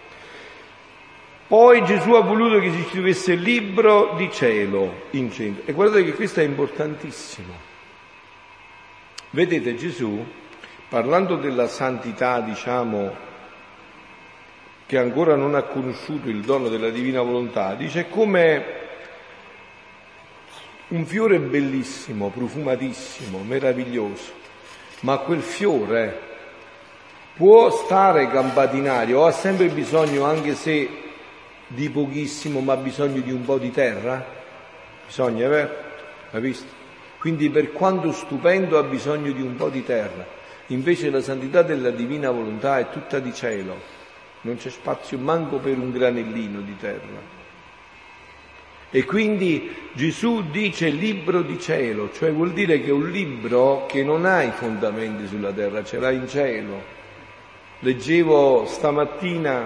Poi Gesù ha voluto che si scrivesse il libro di cielo in centro. E guardate che questo è importantissimo. Vedete, Gesù, parlando della santità, diciamo, che ancora non ha conosciuto il dono della divina volontà, dice come un fiore bellissimo, profumatissimo, meraviglioso, ma quel fiore può stare campato in aria o ha sempre bisogno, anche se di pochissimo, ma ha bisogno di un po' di terra? Bisogna, vero? Hai visto? Quindi per quanto stupendo ha bisogno di un po' di terra. Invece la santità della divina volontà è tutta di cielo. Non c'è spazio manco per un granellino di terra. E quindi Gesù dice libro di cielo, cioè vuol dire che è un libro che non ha i fondamenti sulla terra, ce l'ha in cielo. Leggevo stamattina,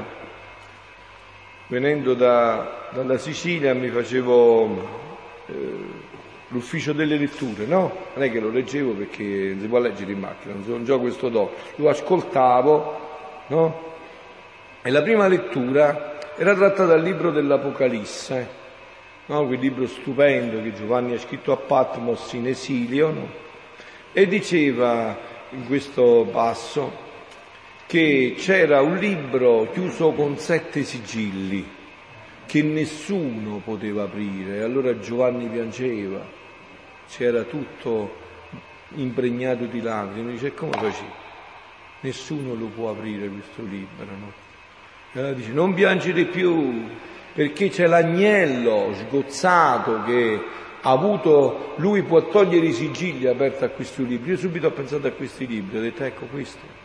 venendo dalla Sicilia, mi facevo l'ufficio delle letture, no? Non è che lo leggevo perché non si può leggere in macchina, non so questo dono, lo ascoltavo, no? E la prima lettura era tratta dal libro dell'Apocalisse, no? Quel libro stupendo che Giovanni ha scritto a Patmos in esilio, no? E diceva in questo passo che c'era un libro chiuso con 7 sigilli che nessuno poteva aprire. Allora Giovanni piangeva, c'era tutto impregnato di lacrime. Dice, come facevi? Nessuno lo può aprire questo libro, no? E allora dice, non piangere più, perché c'è l'agnello sgozzato che ha avuto, lui può togliere i sigilli aperti a questo libro. Io subito ho pensato a questi libri, ho detto, ecco questo.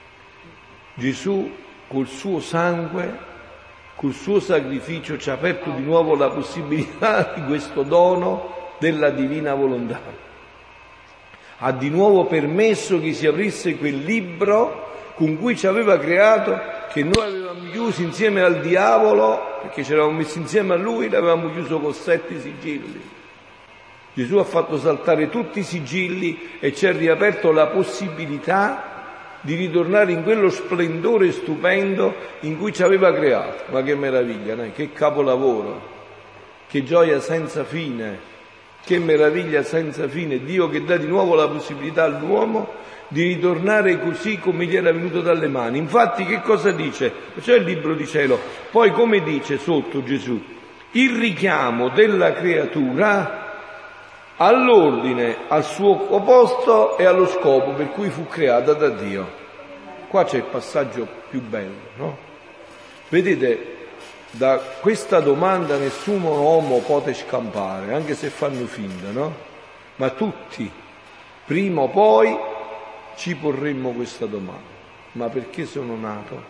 Gesù col suo sangue, col suo sacrificio ci ha aperto di nuovo la possibilità di questo dono della divina volontà. Ha di nuovo permesso che si aprisse quel libro con cui ci aveva creato, che noi avevamo chiuso insieme al diavolo, perché ci eravamo messi insieme a lui, l'avevamo chiuso con 7 sigilli. Gesù ha fatto saltare tutti i sigilli e ci ha riaperto la possibilità di ritornare in quello splendore stupendo in cui ci aveva creato. Ma che meraviglia, no? Che capolavoro, che gioia senza fine, che meraviglia senza fine. Dio che dà di nuovo la possibilità all'uomo di ritornare così come gli era venuto dalle mani. Infatti che cosa dice? C'è il libro di cielo. Poi come dice sotto Gesù? Il richiamo della creatura all'ordine, al suo posto e allo scopo per cui fu creata da Dio. Qua c'è il passaggio più bello, no? Vedete, da questa domanda nessun uomo pote scampare, anche se fanno finta, no? Ma tutti, prima o poi, ci porremmo questa domanda. Ma perché sono nato?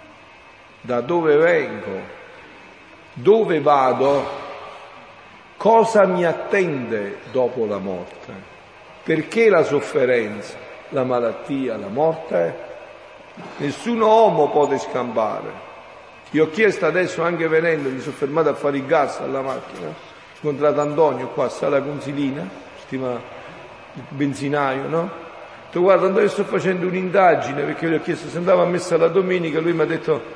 Da dove vengo? Dove vado? Cosa mi attende dopo la morte? Perché la sofferenza, la malattia, la morte? Nessun uomo può scampare. Io ho chiesto adesso, anche venendo, mi sono fermato a fare il gas alla macchina, ho incontrato Antonio qua a Sala Consilina, il benzinaio, no? Tu guarda, io sto facendo un'indagine, perché gli ho chiesto se andava a messa la domenica, lui mi ha detto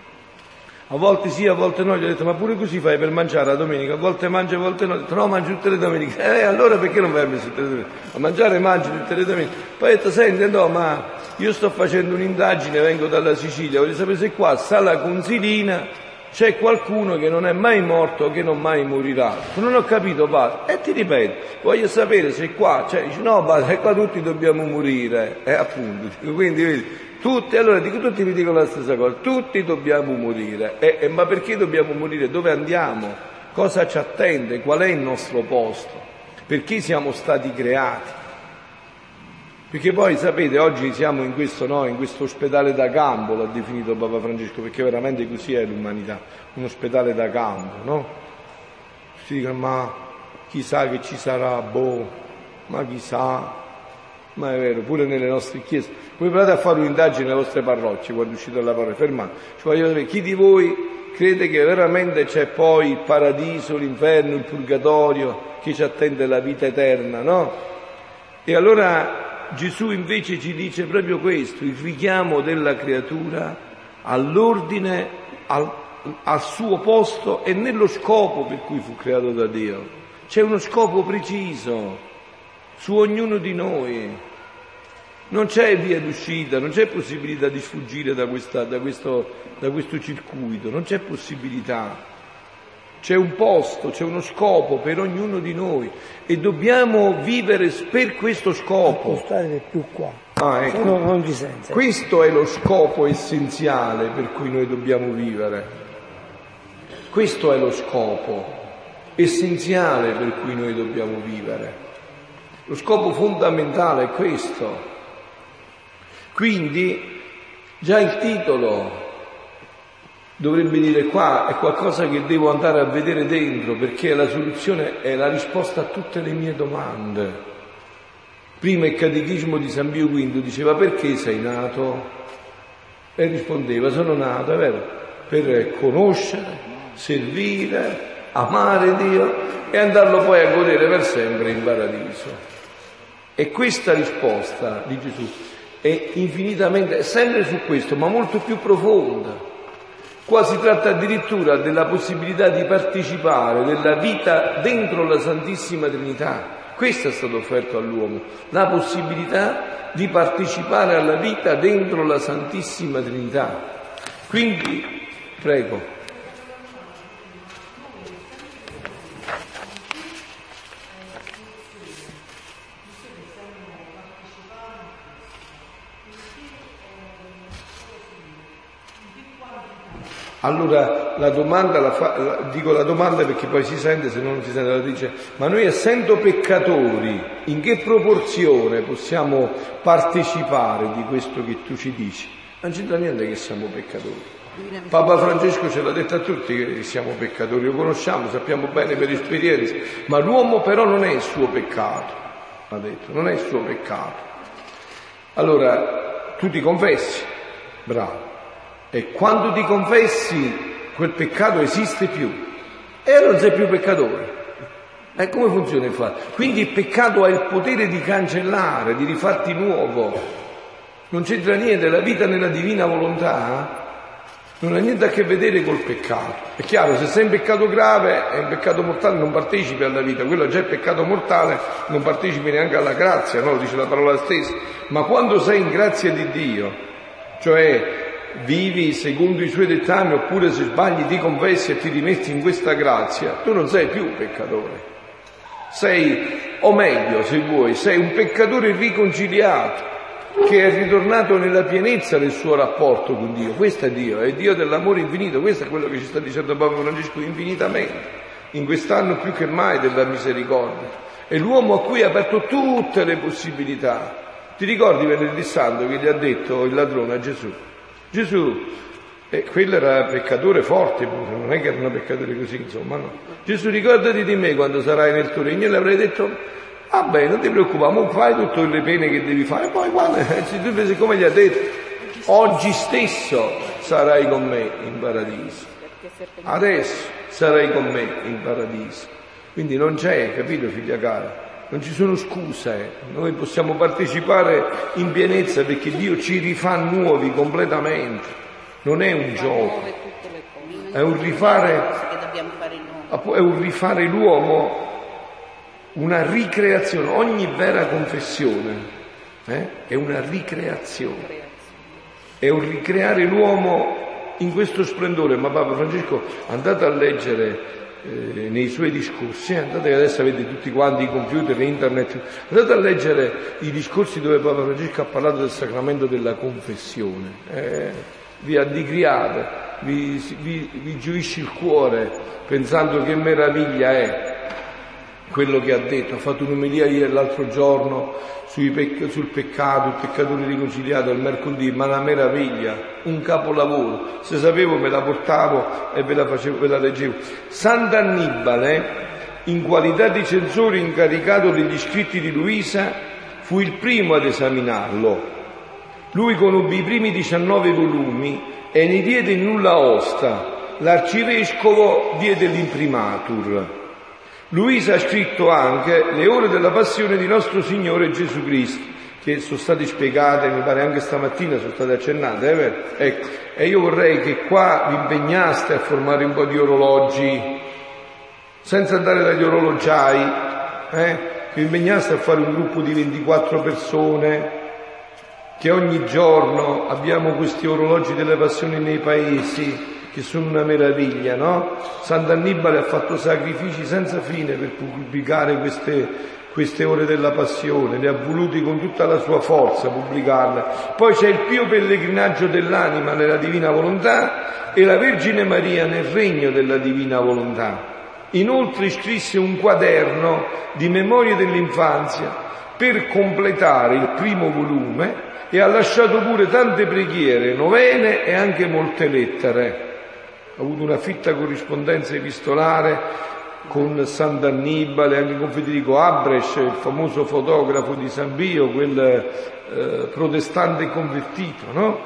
a volte sì, a volte no, gli ho detto ma pure così fai per mangiare la domenica, a volte mangi, a volte no, ho detto no, mangio tutte le domeniche, allora perché non vai a messa tutte le domeniche? A mangiare mangi tutte le domeniche. Poi ho detto senti, no, ma io sto facendo un'indagine, vengo dalla Sicilia, voglio sapere se qua sta la consilina, c'è qualcuno che non è mai morto o che non mai morirà. Non ho capito, padre. E ti ripeto, voglio sapere se qua, dice no, padre, qua tutti dobbiamo morire. Appunto, quindi vedi, tutti vi dicono la stessa cosa, tutti dobbiamo morire. Ma perché dobbiamo morire? Dove andiamo? Cosa ci attende? Qual è il nostro posto? Perché siamo stati creati? Perché poi sapete, oggi siamo in questo ospedale da campo, l'ha definito Papa Francesco, perché veramente così è l'umanità, un ospedale da campo, no? Si dicono, ma chissà che ci sarà, ma chissà, ma è vero, pure nelle nostre chiese. Voi provate a fare un'indagine nelle vostre parrocchie, quando uscite dalla parrocchia, fermate, voglio sapere, chi di voi crede che veramente c'è poi il paradiso, l'inferno, il purgatorio, che ci attende la vita eterna, no? E allora Gesù invece ci dice proprio questo, il richiamo della creatura all'ordine, al suo posto e nello scopo per cui fu creato da Dio. C'è uno scopo preciso su ognuno di noi. Non c'è via d'uscita, non c'è possibilità di sfuggire da questo circuito, non c'è possibilità. C'è un posto, c'è uno scopo per ognuno di noi e dobbiamo vivere per questo scopo. Non stare più qua. Ecco. Non ci sente. Questo è lo scopo essenziale per cui noi dobbiamo vivere. Questo è lo scopo essenziale per cui noi dobbiamo vivere. Lo scopo fondamentale è questo. Quindi già il titolo dovrebbe dire qua è qualcosa che devo andare a vedere dentro, perché la soluzione è la risposta a tutte le mie domande. Prima il catechismo di San Pio V diceva perché sei nato? E rispondeva sono nato, è vero, per conoscere, servire, amare Dio e andarlo poi a godere per sempre in paradiso. E questa risposta di Gesù è infinitamente, è sempre su questo, ma molto più profonda. Qua si tratta addirittura della possibilità di partecipare della vita dentro la Santissima Trinità. Questo è stato offerto all'uomo, la possibilità di partecipare alla vita dentro la Santissima Trinità. Quindi, prego. Allora la domanda dico la domanda perché poi si sente, se non si sente la dice, ma noi essendo peccatori in che proporzione possiamo partecipare di questo che tu ci dici? Non c'entra niente che siamo peccatori. Papa Francesco ce l'ha detto a tutti che siamo peccatori, lo conosciamo, sappiamo bene per esperienza, ma l'uomo però non è il suo peccato, ha detto, non è il suo peccato. Allora tu ti confessi, bravo. E quando ti confessi quel peccato esiste più e allora non sei più peccatore. E come funziona infatti? Quindi il peccato ha il potere di cancellare, di rifarti nuovo. Non c'entra niente, la vita nella divina volontà non ha niente a che vedere col peccato. È chiaro, se sei in peccato grave e in peccato mortale non partecipi alla vita, quello già è peccato mortale, non partecipi neanche alla grazia, no? Lo dice la parola stessa. Ma quando sei in grazia di Dio, cioè vivi secondo i suoi dettami oppure se sbagli ti confessi e ti rimetti in questa grazia, tu non sei più peccatore. Sei, o meglio se vuoi, sei un peccatore riconciliato che è ritornato nella pienezza del suo rapporto con Dio. Questo è Dio dell'amore infinito, questo è quello che ci sta dicendo Papa Francesco infinitamente, in quest'anno più che mai della misericordia. È l'uomo a cui ha aperto tutte le possibilità. Ti ricordi venerdì santo che gli ha detto il ladrone a Gesù? Gesù, quello era peccatore forte, non è che era un peccatore così, insomma, no. Gesù, ricordati di me quando sarai nel tuo regno, e gli avrei detto, beh, non ti preoccupare, ma fai tutte le pene che devi fare, poi quando, come gli ha detto, oggi stesso sarai con me in paradiso, adesso sarai con me in paradiso, quindi non c'è, capito figlia cara, non ci sono scuse, noi possiamo partecipare in pienezza perché Dio ci rifà nuovi completamente, non è un gioco, è un rifare l'uomo, una ricreazione. Ogni vera confessione è una ricreazione, è un ricreare l'uomo in questo splendore. Ma Papa Francesco, andate a leggere nei suoi discorsi, andate, adesso avete tutti quanti i computer, internet, andate a leggere i discorsi dove Papa Francesco ha parlato del sacramento della confessione, vi addigriate, vi gioisce il cuore pensando che meraviglia è quello che ha detto. Ha fatto un'omelia ieri l'altro giorno sul peccato, il peccatore riconciliato il mercoledì, ma una meraviglia, un capolavoro. Se sapevo me la portavo e ve la leggevo. Sant'Annibale, in qualità di censore incaricato degli scritti di Luisa, fu il primo ad esaminarlo. Lui conobbe i primi 19 volumi e ne diede in nulla osta. L'arcivescovo diede l'imprimatur. Luisa ha scritto anche le ore della passione di nostro Signore Gesù Cristo, che sono state spiegate, mi pare anche stamattina sono state accennate, è vero? Ecco, e io vorrei che qua vi impegnaste a formare un po' di orologi, senza andare dagli orologiai, vi impegnaste a fare un gruppo di 24 persone, che ogni giorno abbiamo questi orologi delle passioni nei paesi, che sono una meraviglia, no? Sant'Annibale ha fatto sacrifici senza fine per pubblicare queste ore della passione, le ha voluti con tutta la sua forza pubblicarle. Poi c'è il pio pellegrinaggio dell'anima nella divina volontà e la Vergine Maria nel regno della divina volontà. Inoltre scrisse un quaderno di memorie dell'infanzia per completare il primo volume e ha lasciato pure tante preghiere, novene e anche molte lettere. Ha avuto una fitta corrispondenza epistolare con Sant'Annibale, anche con Federico Abresch, il famoso fotografo di San Pio, quel protestante convertito, no?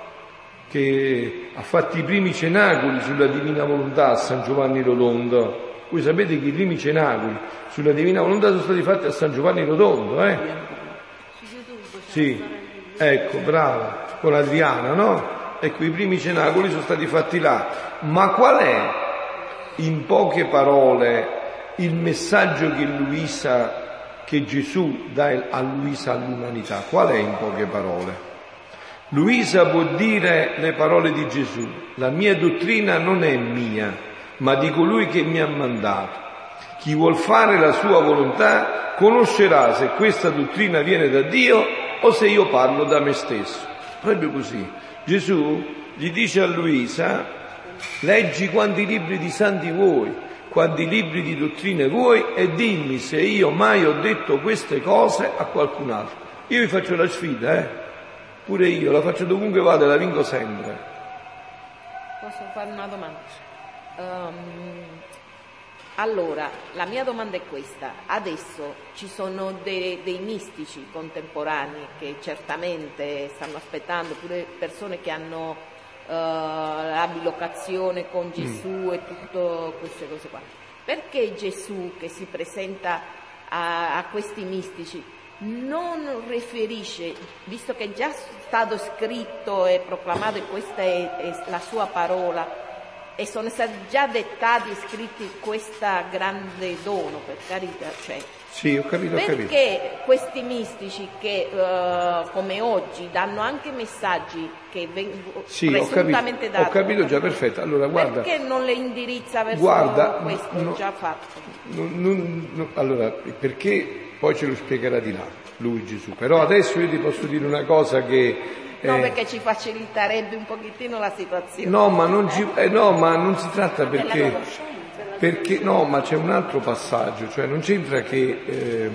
Che ha fatto i primi cenacoli sulla Divina Volontà a San Giovanni Rotondo. Voi sapete che i primi cenacoli sulla Divina Volontà sono stati fatti a San Giovanni Rotondo, Sì, ecco, brava, con Adriana, no? Ecco, i primi cenacoli sono stati fatti là. Ma qual è, in poche parole, il messaggio che Gesù dà a Luisa all'umanità? Qual è, in poche parole? Luisa può dire le parole di Gesù: la mia dottrina non è mia, ma di colui che mi ha mandato. Chi vuol fare la sua volontà conoscerà se questa dottrina viene da Dio o se io parlo da me stesso. Proprio così. Gesù gli dice a Luisa: leggi quanti libri di santi vuoi, quanti libri di dottrine vuoi e dimmi se io mai ho detto queste cose a qualcun altro. Io vi faccio la sfida, pure io la faccio dovunque vado e la vinco sempre. Posso fare una domanda? Allora, la mia domanda è questa. Adesso ci sono dei mistici contemporanei che certamente stanno aspettando, pure persone che hanno la bilocazione con Gesù e tutte queste cose qua. Perché Gesù, che si presenta a questi mistici, non riferisce, visto che è già stato scritto e proclamato e questa è la sua parola, e sono stati già dettati e scritti questa grande dono, per carità, cioè. Sì, ho capito. Perché questi mistici che come oggi danno anche messaggi che vengono presuntamente dati? Ho capito già, perfetto. Allora, guarda. Perché non le indirizza verso questo già fatto? Allora, perché poi ce lo spiegherà di là, lui Gesù. Però adesso io ti posso dire una cosa che No, perché ci faciliterebbe un pochettino la situazione. No, ma non si tratta perché no, ma c'è un altro passaggio, cioè non c'entra che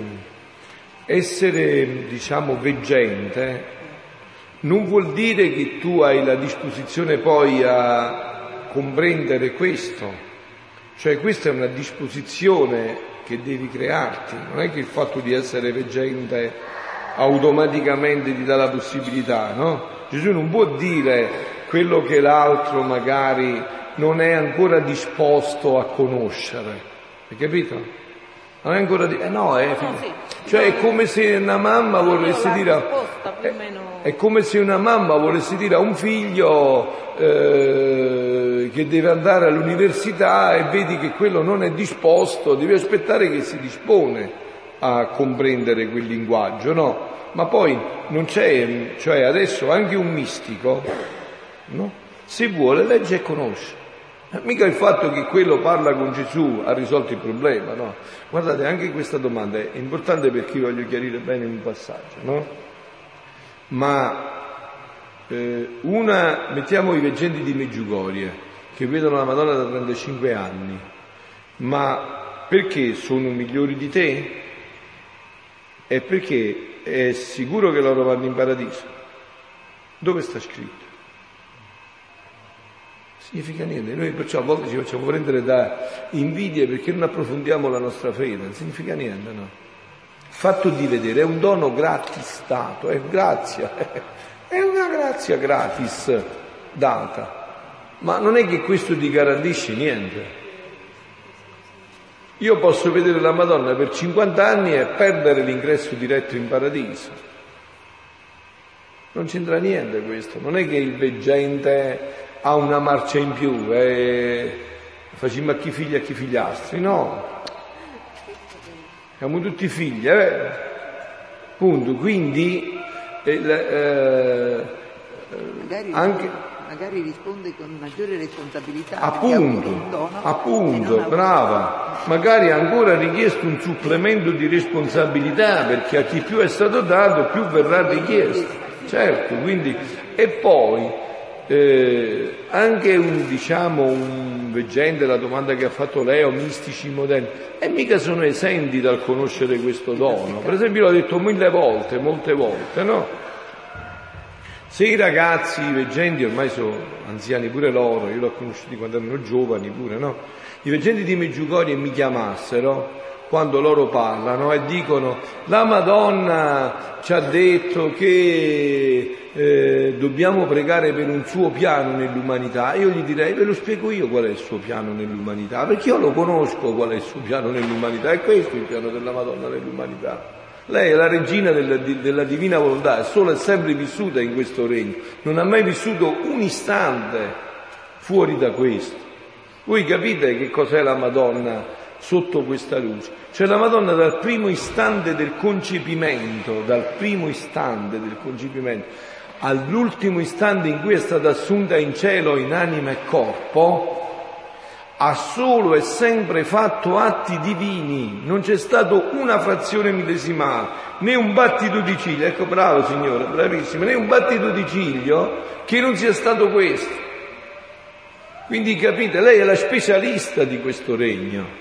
essere, diciamo, veggente non vuol dire che tu hai la disposizione poi a comprendere questo, cioè questa è una disposizione che devi crearti, non è che il fatto di essere veggente automaticamente ti dà la possibilità, no? Gesù non può dire quello che l'altro magari non è ancora disposto a conoscere, hai capito? Non è ancora di... no, sì. Cioè è come se una mamma volesse dire... È come se una mamma volesse dire a un figlio che deve andare all'università e vedi che quello non è disposto, devi aspettare che si dispone a comprendere quel linguaggio, no? Ma poi non c'è, cioè adesso anche un mistico, no? Se vuole legge e conosce. Mica il fatto che quello parla con Gesù ha risolto il problema, no? Guardate, anche questa domanda è importante perché voglio chiarire bene un passaggio, no? Ma mettiamo i veggenti di Medjugorje che vedono la Madonna da 35 anni, ma perché sono migliori di te? È perché è sicuro che loro vanno in paradiso. Dove sta scritto? Significa niente, noi perciò a volte ci facciamo prendere da invidie perché non approfondiamo la nostra fede, non significa niente, no? Il fatto di vedere è un dono gratis dato, è grazia, è una grazia gratis data, ma non è che questo ti garantisce niente. Io posso vedere la Madonna per 50 anni e perdere l'ingresso diretto in paradiso. Non c'entra niente questo, non è che il veggente ha una marcia in più e facciamo a chi figli e a chi figliastri, no. Siamo tutti figli, punto. Quindi magari risponde con maggiore responsabilità. Appunto, brava. Magari ha ancora richiesto un supplemento di responsabilità perché a chi più è stato dato più verrà richiesto. Certo, quindi e poi anche un veggente, la domanda che ha fatto Leo, mistici moderni, e mica sono esenti dal conoscere questo dono. Per esempio, l'ho detto molte volte, no? Se i ragazzi, i veggenti, ormai sono anziani pure loro, io l'ho conosciuti quando erano giovani pure, no? I veggenti di Medjugorje mi chiamassero, quando loro parlano e dicono la Madonna ci ha detto che dobbiamo pregare per un suo piano nell'umanità, io gli direi ve lo spiego io qual è il suo piano nell'umanità, perché io lo conosco qual è il suo piano nell'umanità, è questo il piano della Madonna nell'umanità. Lei è la regina della divina volontà, è solo e sempre vissuta in questo regno, non ha mai vissuto un istante fuori da questo. Voi capite che cos'è la Madonna sotto questa luce? Cioè la Madonna dal primo istante del concepimento, all'ultimo istante in cui è stata assunta in cielo in anima e corpo, ha solo e sempre fatto atti divini, non c'è stato una frazione millesimale, né un battito di ciglio, ecco bravo signora, bravissima, né un battito di ciglio che non sia stato questo. Quindi capite, lei è la specialista di questo regno.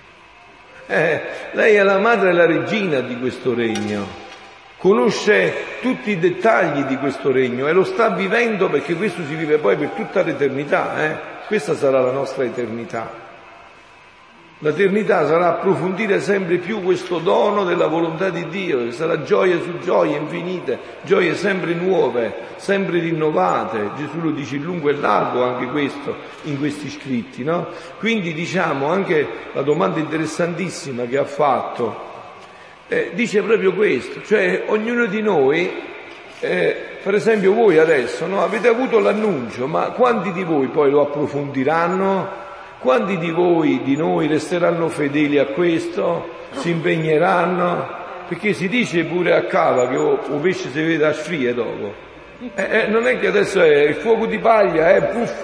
Lei è la madre e la regina di questo regno, conosce tutti i dettagli di questo regno e lo sta vivendo perché questo si vive poi per tutta l'eternità. Questa sarà la nostra eternità. L'eternità sarà approfondire sempre più questo dono della volontà di Dio, che sarà gioie su gioie infinite, gioie sempre nuove, sempre rinnovate. Gesù lo dice in lungo e largo anche questo in questi scritti, no? Quindi diciamo anche la domanda interessantissima che ha fatto dice proprio questo, cioè ognuno di noi, per esempio voi adesso, no, avete avuto l'annuncio, ma quanti di voi poi lo approfondiranno? Quanti di voi, di noi, resteranno fedeli a questo? Si impegneranno? Perché si dice pure a Cava che o pesce si vede a sfrie dopo. Non è che adesso è il fuoco di paglia, puff.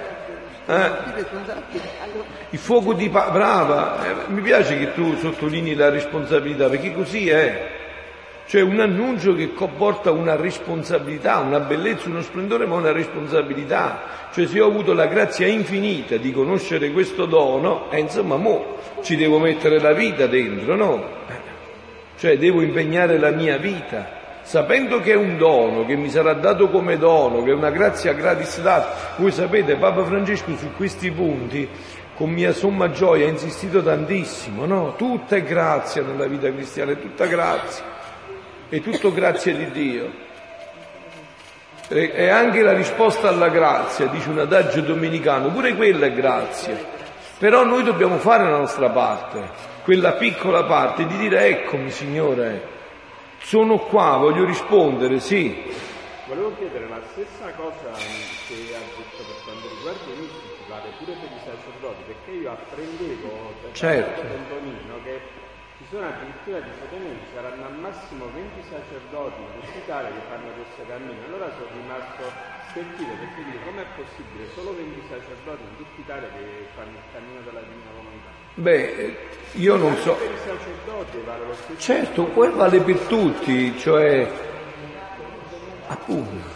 Il fuoco di paglia, brava. Mi piace che tu sottolinei la responsabilità, perché così è. Cioè un annuncio che comporta una responsabilità, una bellezza, uno splendore, ma una responsabilità. Cioè se io ho avuto la grazia infinita di conoscere questo dono, insomma, ci devo mettere la vita dentro, no? Cioè devo impegnare la mia vita, sapendo che è un dono, che mi sarà dato come dono, che è una grazia gratis data. Voi sapete, Papa Francesco su questi punti, con mia somma gioia, ha insistito tantissimo, no? Tutta è grazia nella vita cristiana, è tutta grazia. È tutto grazia di Dio. E anche la risposta alla grazia, dice un adagio domenicano, pure quella è grazia. Però noi dobbiamo fare la nostra parte. quella piccola parte di dire eccomi Signore, sono qua, voglio rispondere, sì. Volevo chiedere la stessa cosa che ha detto per quanto riguarda i mistici, vale pure per i sacerdoti, perché io apprendevo certo. da Antonino che ci sono addirittura, dicevo, ci saranno al massimo 20 sacerdoti in Italia che fanno questo cammino. Allora sono rimasto stupito perché dico com'è possibile solo 20 sacerdoti in tutta Italia che fanno il cammino della Divina Volontà? Beh, io non so. Per i sacerdoti vale lo stesso. Certo, poi vale per tutti, cioè appunto.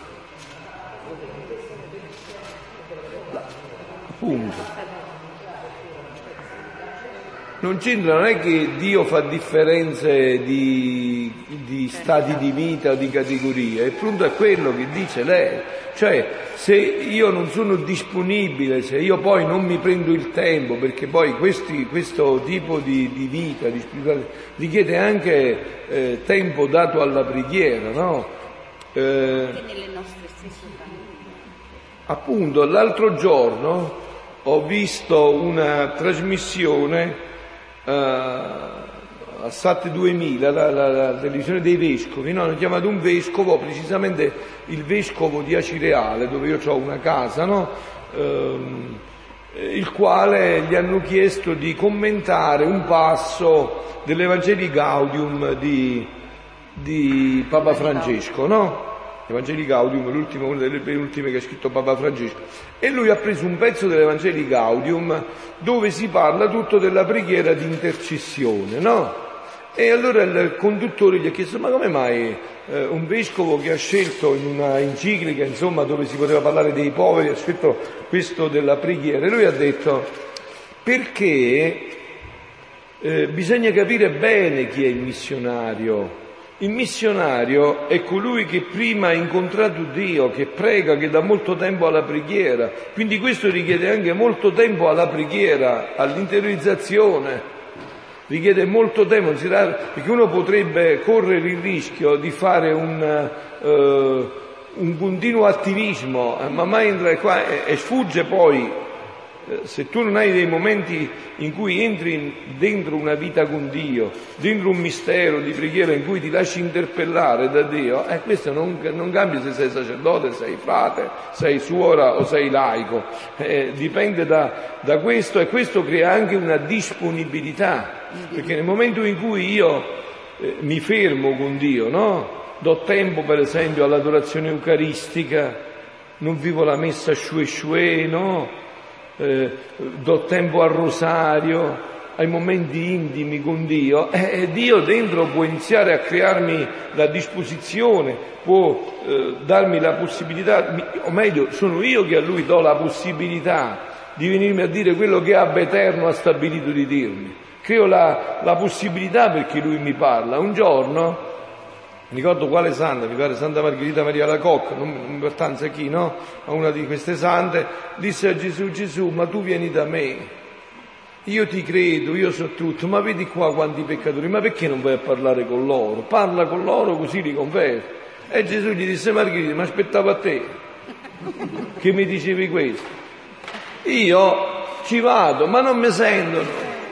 Non c'entra, non è che Dio fa differenze di stati di vita o di categorie, il punto è quello che dice lei, cioè se io non sono disponibile, se io poi non mi prendo il tempo, perché poi questo tipo di vita, di spiritualità, richiede anche tempo dato alla preghiera, no? Anche nelle nostre stesse famiglie. Appunto, l'altro giorno ho visto una trasmissione a Sat 2000, la televisione dei vescovi, no? Hanno chiamato un vescovo, precisamente il vescovo di Acireale, dove io ho una casa, no? Il quale gli hanno chiesto di commentare un passo dell'Evangelii Gaudium di Papa Francesco, no? Evangelii Gaudium, una delle penultime che ha scritto Papa Francesco, e lui ha preso un pezzo dell'Evangelii Gaudium dove si parla tutto della preghiera di intercessione, no? E allora il conduttore gli ha chiesto: ma come mai un vescovo che ha scelto in una enciclica, insomma, dove si poteva parlare dei poveri, ha scelto questo della preghiera? E lui ha detto: perché bisogna capire bene chi è il missionario. Il missionario è colui che prima ha incontrato Dio, che prega, che dà molto tempo alla preghiera. Quindi questo richiede anche molto tempo alla preghiera, all'interiorizzazione. Richiede molto tempo, perché uno potrebbe correre il rischio di fare un continuo attivismo, ma mai entra qua e sfugge poi. Se tu non hai dei momenti in cui entri dentro una vita con Dio, dentro un mistero di preghiera in cui ti lasci interpellare da Dio, questo non cambia se sei sacerdote, sei frate, sei suora o sei laico, dipende da questo, e questo crea anche una disponibilità, perché nel momento in cui io mi fermo con Dio, no? Do tempo per esempio all'adorazione eucaristica, non vivo la messa shue, no? Do tempo al rosario, ai momenti intimi con Dio, Dio dentro può iniziare a crearmi la disposizione, può darmi la possibilità, o meglio, sono io che a Lui do la possibilità di venirmi a dire quello che Abba Eterno ha stabilito di dirmi. Creo la possibilità perché Lui mi parla. Un giorno, mi ricordo quale santa, mi pare Santa Margherita Maria Lacocca, non mi importanza chi, no? Ma una di queste sante disse a Gesù: Gesù, ma tu vieni da me, io ti credo, io so tutto, ma vedi qua quanti peccatori, ma perché non vai a parlare con loro? Parla con loro così li converti. E Gesù gli disse: Margherita, ma aspettavo a te che mi dicevi questo. Io ci vado, ma non mi sentono,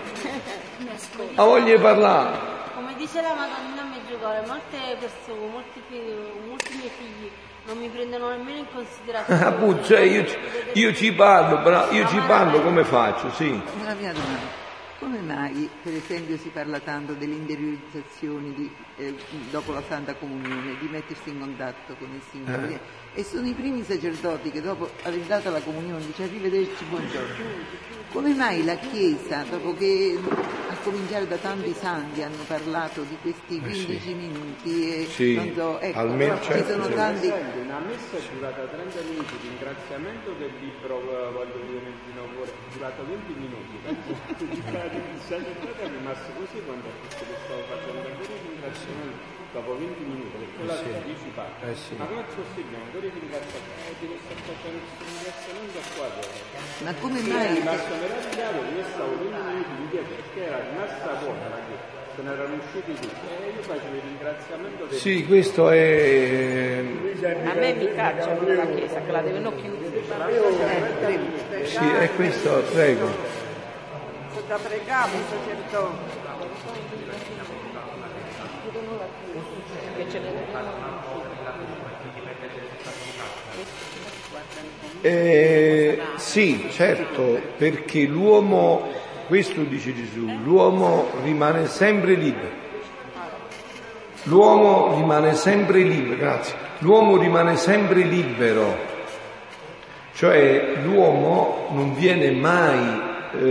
ma voglio parlare. Come dice la Madonna Medjugorje, molte persone, molti miei figli non mi prendono nemmeno in considerazione. Appunto, cioè io ci parlo, però io ci parlo come faccio, sì. Una mia domanda: come mai, per esempio, si parla tanto delle interiorizzazioni dopo la Santa Comunione, di mettersi in contatto con il Signore? E sono i primi sacerdoti che dopo aver dato la comunione dice: arrivederci, buongiorno. Come mai la Chiesa, dopo che a cominciare da tanti santi hanno parlato di questi 15 minuti e sì, non so, ecco, almeno, ci sono tanti. Una messa è durata 30 minuti, ringraziamento del libro Voglio dire nel Divino Cuore, è durato 20 minuti. Il sacerdote è rimasto così quando ha visto che stavo facendo ancora il ringraziamento dopo 20 minuti, perché la 10 parti. Ma come è possibile? Ancora il ringraziamento, ti lo sta facendo questo ringraziamento qua. Ma come mai? È rimasto meravigliato che io stavo 20 minuti di dietro, perché era rimasta vuota la chiesa, se ne erano usciti tutti, e io facevo il ringraziamento del... Sì, questo è... A me mi cacciano dalla chiesa, che la devono chiudere. Sì, è questo, prego. sta pregando il sacerdote. Sì, certo, perché l'uomo, questo dice Gesù, l'uomo rimane sempre libero. L'uomo rimane sempre libero, grazie. L'uomo rimane sempre libero, cioè l'uomo non viene mai,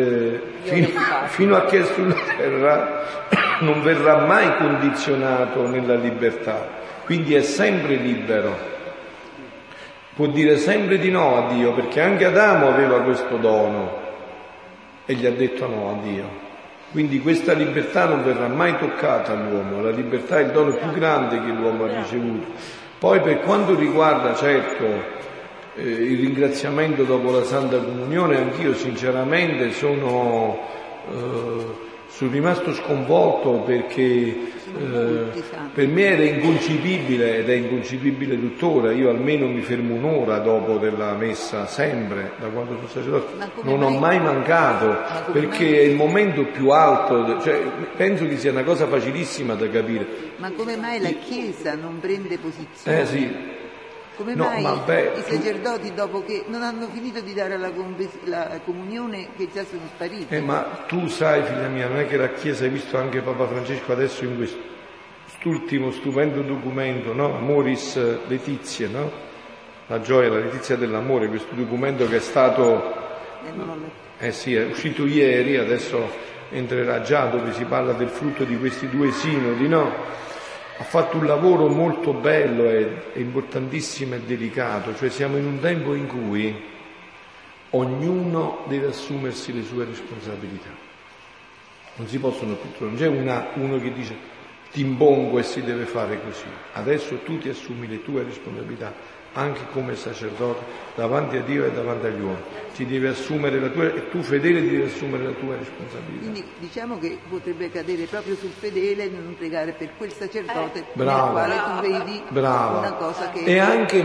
fino a che è sulla terra, non verrà mai condizionato nella libertà, quindi è sempre libero. Può dire sempre di no a Dio, perché anche Adamo aveva questo dono e gli ha detto no a Dio. Quindi questa libertà non verrà mai toccata all'uomo, la libertà è il dono più grande che l'uomo ha ricevuto. Poi per quanto riguarda certo il ringraziamento dopo la Santa Comunione, anch'io sinceramente sono rimasto sconvolto perché per me era inconcepibile ed è inconcepibile tuttora. Io almeno mi fermo un'ora dopo della messa, sempre, da quando sono sacerdote, non ho mai mancato, perché è il momento più alto, cioè, penso che sia una cosa facilissima da capire. Ma come mai la Chiesa non prende posizione? Sì. Come mai i sacerdoti, dopo che non hanno finito di dare la comunione, che già sono spariti? Ma tu sai, figlia mia, non è che la Chiesa, hai visto anche Papa Francesco adesso in quest'ultimo stupendo documento, no? Amoris Laetitia, no? La gioia, la letizia dell'amore, questo documento che è stato, sì, è uscito ieri, adesso entrerà già, dove si parla del frutto di questi 2 sinodi, no? Ha fatto un lavoro molto bello e importantissimo e delicato, cioè siamo in un tempo in cui ognuno deve assumersi le sue responsabilità. Non si possono più trovare, non c'è uno che dice ti impongo e si deve fare così. Adesso tu ti assumi le tue responsabilità, anche come sacerdote, davanti a Dio e davanti agli uomini. Ti devi assumere la tua, e tu fedele devi assumere la tua responsabilità. Quindi diciamo che potrebbe cadere proprio sul fedele non pregare per quel sacerdote nel brava, quale tu vedi brava. Una cosa che e anche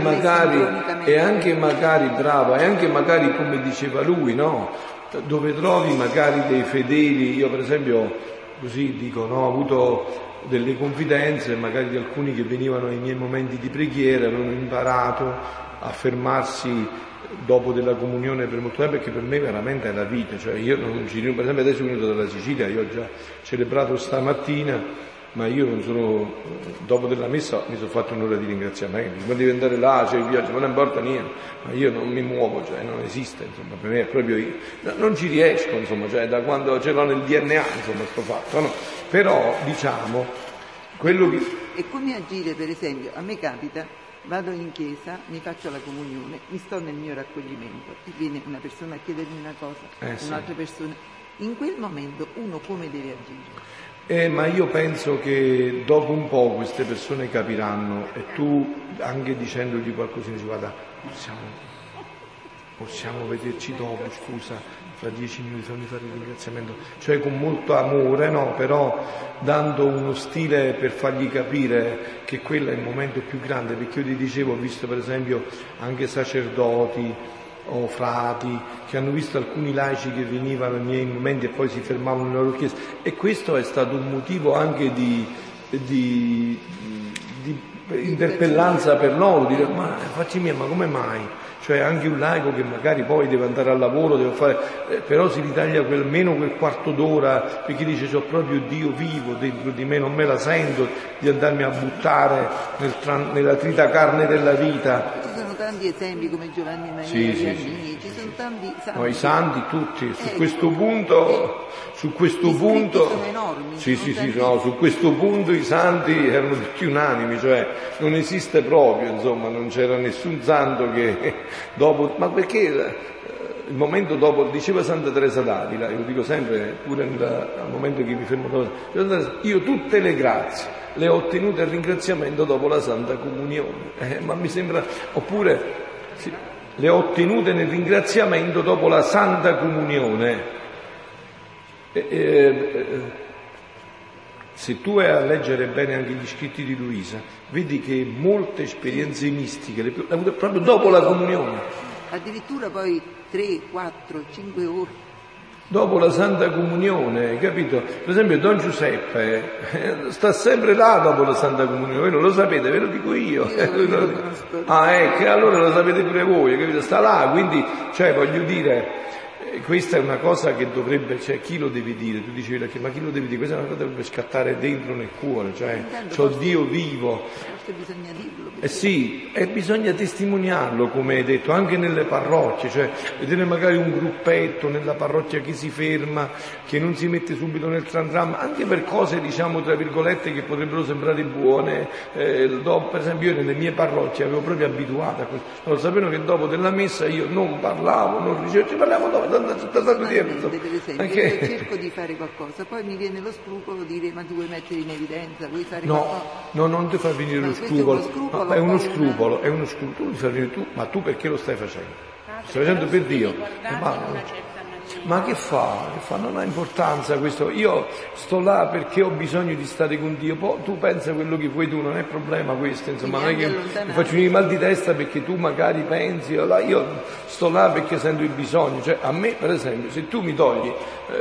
magari come diceva lui, no? Dove trovi magari dei fedeli, io per esempio così dico, no, ho avuto delle confidenze magari di alcuni che venivano ai miei momenti di preghiera, avevano imparato a fermarsi dopo della comunione per molto tempo, perché per me veramente è la vita, cioè io non ci per esempio adesso sono venuto dalla Sicilia, io ho già celebrato stamattina, ma io non sono, dopo della messa mi sono fatto un'ora di ringraziamento, ma devi andare là, c'è il viaggio, ma non importa niente, ma io non mi muovo, cioè non esiste, insomma, per me è proprio io, non ci riesco, insomma, cioè da quando ce l'ho nel DNA, insomma, sto fatto, no? Però, diciamo, quello che... E come agire, per esempio, a me capita, vado in chiesa, mi faccio la comunione, mi sto nel mio raccoglimento, e viene una persona a chiedermi una cosa, un'altra persona, in quel momento uno come deve agire? Ma io penso che dopo un po' queste persone capiranno, e tu anche dicendogli qualcosina ci guarda, possiamo vederci dopo, scusa, fra 10 minuti fammi fare il ringraziamento, cioè con molto amore, no? Però dando uno stile per fargli capire che quello è il momento più grande, perché io ti dicevo, ho visto per esempio anche sacerdoti o frati che hanno visto alcuni laici che venivano ai miei momenti e poi si fermavano nella loro chiesa, e questo è stato un motivo anche di interpellanza per loro, dire ma facci mia, ma come mai? Cioè anche un laico che magari poi deve andare al lavoro, deve fare, però si ritaglia almeno quel quarto d'ora, perché dice c'ho proprio Dio vivo dentro di me, non me la sento di andarmi a buttare nella trita carne della vita. Ci sono tanti esempi come Giovanni Maria Vianney, ci sono tanti santi. No, i santi tutti, su questo punto sono enormi. Su questo punto i santi erano tutti unanimi, cioè non esiste proprio, insomma, non c'era nessun santo che dopo, ma perché il momento dopo, diceva Santa Teresa d'Avila, io lo dico sempre, pure al momento che mi fermo dopo, io tutte le grazie le ho ottenute al ringraziamento dopo la Santa Comunione, ma mi sembra, oppure sì, le ho ottenute nel ringraziamento dopo la Santa Comunione. Se tu vai a leggere bene anche gli scritti di Luisa, vedi che molte esperienze mistiche le ha avute proprio dopo la comunione. Addirittura poi 3, 4, 5 ore. dopo la Santa Comunione, capito? Per esempio Don Giuseppe sta sempre là dopo la Santa Comunione, voi non lo sapete, ve lo dico io. Ecco, allora lo sapete pure voi, capito? Sta là, quindi, cioè voglio dire, questa è una cosa che dovrebbe, cioè chi lo deve dire? Tu dicevi, ma chi lo deve dire? Questa è una cosa che dovrebbe scattare dentro nel cuore, cioè c'ho Dio vivo. Forse bisogna dirlo. Sì, e bisogna testimoniarlo, come hai detto, anche nelle parrocchie, cioè vedere magari un gruppetto nella parrocchia che si ferma, che non si mette subito nel tram tram, anche per cose, diciamo, tra virgolette, che potrebbero sembrare buone. Per esempio io nelle mie parrocchie avevo proprio abituato a questo, lo sapevo che dopo della messa io non parlavo, non dicevo, ci parliamo dopo, Io cerco di fare qualcosa, poi mi viene lo scrupolo di dire, ma tu vuoi mettere in evidenza, vuoi fare qualcosa? No, non ti fa venire lo scrupolo, è uno scrupolo, tu devi far venire tu, ma tu perché lo stai facendo? Stai facendo per Dio. Ma che fa? Non ha importanza questo. Io sto là perché ho bisogno di stare con Dio. Poi tu pensa quello che vuoi tu, non è problema questo, insomma, non è che mi faccio venire mal di testa perché tu magari pensi, io sto là perché sento il bisogno. Cioè a me, per esempio, se tu mi togli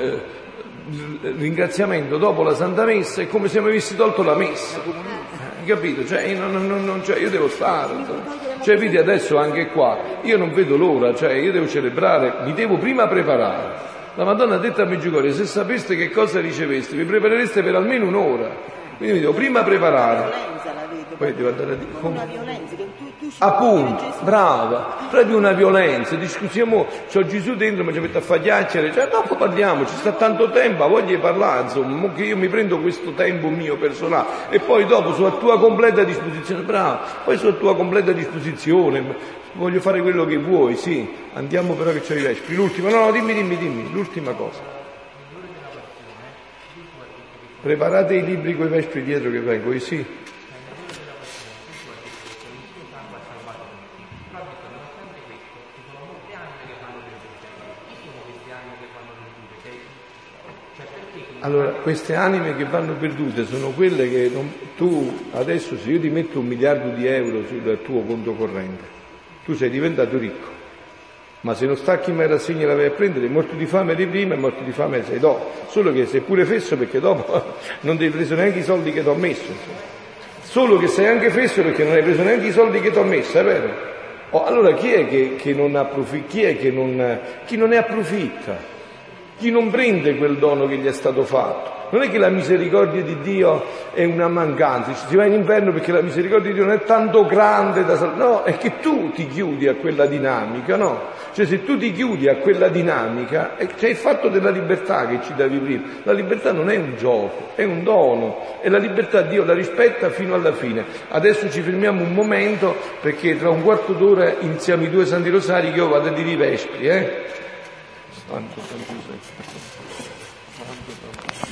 il ringraziamento dopo la Santa Messa è come se mi avessi tolto la messa. Capito? Cioè io devo stare, cioè vedi adesso anche qua, io non vedo l'ora, cioè io devo celebrare, mi devo prima preparare. La Madonna ha detto a Medjugorje, se sapeste che cosa riceveste, vi preparereste per almeno un'ora, quindi mi devo prima preparare. Poi devo andare a dire una violenza che tu appunto, brava, proprio una violenza, discutiamo, c'ho Gesù dentro, ma ci metto a fare chiacchiere, cioè dopo parliamo, ci sta tanto tempo, voglio parlare, insomma, che io mi prendo questo tempo mio personale e poi dopo sono a tua completa disposizione, brava, poi sono a tua completa disposizione, voglio fare quello che vuoi, sì, andiamo però che c'ho i vespri, l'ultima, no, dimmi, l'ultima cosa. Preparate i libri coi vespri dietro che vengo, sì. Allora, queste anime che vanno perdute sono quelle che tu adesso, se io ti metto 1 miliardo di euro sul tuo conto corrente, tu sei diventato ricco, ma se non stacchi mai rassegna la vai a prendere, morto di fame di prima e morto di fame sei dopo, solo che sei pure fesso perché dopo non ti hai preso neanche i soldi che ti ho messo, solo che sei anche fesso perché non hai preso neanche i soldi che ti ho messo, è vero? Allora chi è che non approfitta? Chi non ne approfitta? Chi non prende quel dono che gli è stato fatto? Non è che la misericordia di Dio è una mancanza, si va in inverno perché la misericordia di Dio non è tanto grande da salvare, no, è che tu ti chiudi a quella dinamica, no? Cioè se tu ti chiudi a quella dinamica, c'è il fatto della libertà che ci davi prima, la libertà non è un gioco, è un dono, e la libertà Dio la rispetta fino alla fine. Adesso ci fermiamo un momento perché tra un quarto d'ora iniziamo i 2 Santi Rosari che io vado a dire i vespri, Santo Giuseppe.